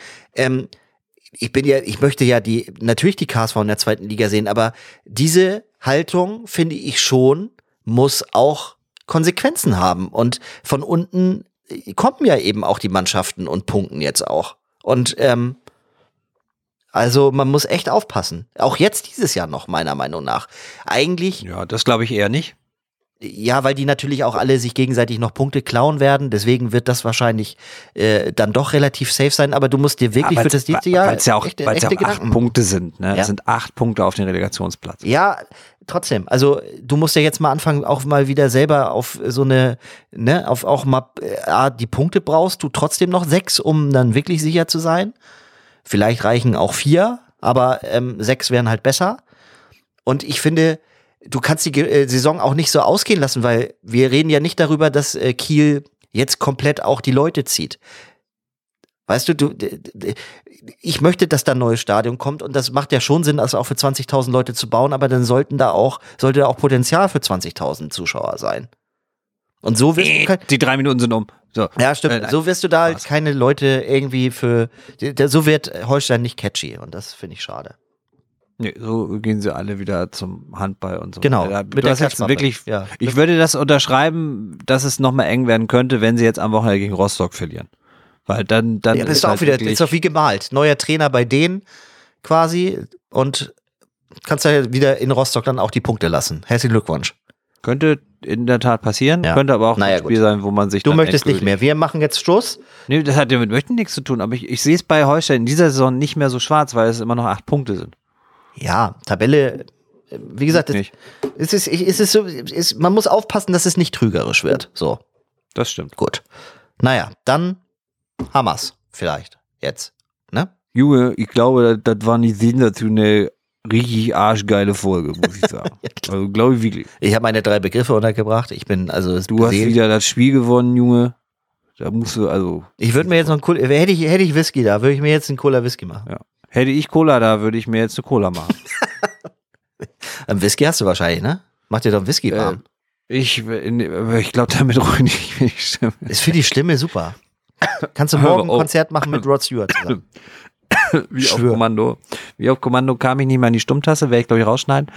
ich möchte ja natürlich die KSV in der 2. Liga sehen, aber diese Haltung, finde ich schon, muss auch Konsequenzen haben. Und von unten kommen ja eben auch die Mannschaften und punkten jetzt auch. Und also man muss echt aufpassen. Auch jetzt dieses Jahr noch, meiner Meinung nach. Eigentlich. Ja, das glaube ich eher nicht. Ja, weil die natürlich auch alle sich gegenseitig noch Punkte klauen werden. Deswegen wird das wahrscheinlich dann doch relativ safe sein. Aber du musst dir wirklich für das nächste Jahr weil es ja auch 8 Punkte sind. Ne? Es sind 8 Punkte auf den Relegationsplatz. Ja, trotzdem. Also du musst ja jetzt mal anfangen, auch mal wieder selber auf so eine, ne, auf auch mal die Punkte brauchst du trotzdem noch 6, um dann wirklich sicher zu sein. Vielleicht reichen auch 4, aber 6 wären halt besser. Und ich finde, du kannst die Saison auch nicht so ausgehen lassen, weil wir reden ja nicht darüber, dass Kiel jetzt komplett auch die Leute zieht. Weißt du, ich möchte, dass da ein neues Stadion kommt und das macht ja schon Sinn, das auch für 20.000 Leute zu bauen, aber dann sollte da auch Potenzial für 20.000 Zuschauer sein. Und so wirst du die 3 Minuten sind um. So. Ja, stimmt. So wirst du da halt keine Leute irgendwie so wird Holstein nicht catchy und das finde ich schade. Nee, so gehen sie alle wieder zum Handball und so. Genau. Mit der wirklich, ja. Ich würde das unterschreiben, dass es nochmal eng werden könnte, wenn sie jetzt am Wochenende gegen Rostock verlieren. Weil dann ja, das ist auch wieder, das ist doch wie gemalt. Neuer Trainer bei denen quasi und kannst ja wieder in Rostock dann auch die Punkte lassen. Herzlichen Glückwunsch. Könnte in der Tat passieren, Ja. könnte aber auch Naja, ein Spiel gut. sein, wo man sich Du dann möchtest nicht endgültig- mehr. Wir machen jetzt Schluss. Nee, das hat damit möchten nichts zu tun, aber ich sehe es bei Holstein in dieser Saison nicht mehr so schwarz, weil es immer noch 8 Punkte sind. Ja, Tabelle, wie gesagt, Nicht. man muss aufpassen, dass es nicht trügerisch wird. So, Das stimmt. gut. Naja, dann haben wir's vielleicht jetzt. Ne? Junge, ich glaube, das war nicht sensationell richtig arschgeile Folge, muss ich sagen. Ja, klar. Also glaube ich wirklich. Ich habe meine 3 Begriffe untergebracht. Ich bin also Du hast wieder das Spiel gewonnen, Junge. Da musst du, also, Ich würde mir jetzt noch einen Cola, hätte ich Whisky da, würde ich mir jetzt einen Cola Whisky machen. ja. Hätte ich Cola da, würde ich mir jetzt eine Cola machen. Einen Whisky hast du wahrscheinlich, ne? Mach dir doch einen Whisky warm. Ich glaube, damit ruhig nicht die Stimme. Ist für die Stimme super. Kannst du Hör morgen ein auf. Konzert machen mit Rod Stewart zusammen. Wie auf Schwör. Kommando. Wie auf Kommando kam ich nicht mal in die Stummtasse, werde ich, glaube ich, rausschneiden.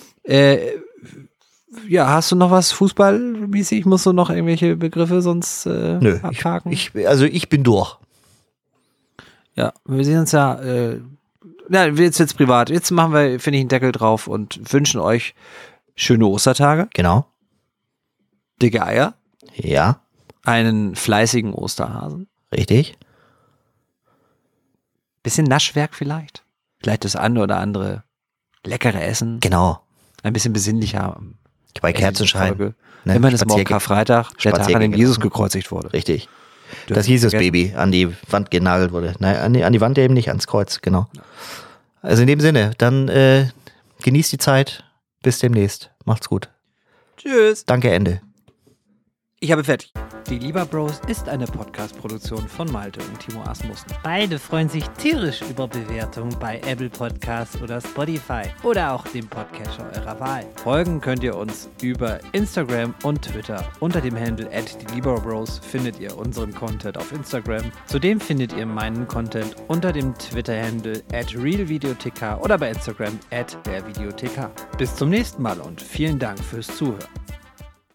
Ja, hast du noch was fußballmäßig? Musst du noch irgendwelche Begriffe sonst Nö, abhaken? ich bin durch. Ja, wir sehen uns ja, jetzt privat. Jetzt machen wir, finde ich, einen Deckel drauf und wünschen euch schöne Ostertage, Genau. dicke Eier, Ja, einen fleißigen Osterhasen, richtig. bisschen Naschwerk vielleicht. Vielleicht das eine oder andere leckere Essen, Genau. ein bisschen besinnlicher. Bei Kerzenschein. Folge. Ne? Immerhin ist morgen Spaziergä- Karfreitag, der Tag, an dem Spaziergänger. Jesus gekreuzigt wurde. Richtig. Dürfen Das wir Jesus-Baby an die Wand genagelt wurde. Nein, an die Wand eben nicht, ans Kreuz, genau. Also in dem Sinne, dann genießt die Zeit. Bis demnächst. Macht's gut. Tschüss. Danke, Ende. Ich habe fertig. Die Lieber Bros ist eine Podcast-Produktion von Malte und Timo Asmussen. Beide freuen sich tierisch über Bewertungen bei Apple Podcasts oder Spotify oder auch dem Podcatcher eurer Wahl. Folgen könnt ihr uns über Instagram und Twitter. Unter dem Handle @deliberbros findet ihr unseren Content auf Instagram. Zudem findet ihr meinen Content unter dem Twitter-Handle @realvideothek oder bei Instagram @dervideothek. Bis zum nächsten Mal und vielen Dank fürs Zuhören.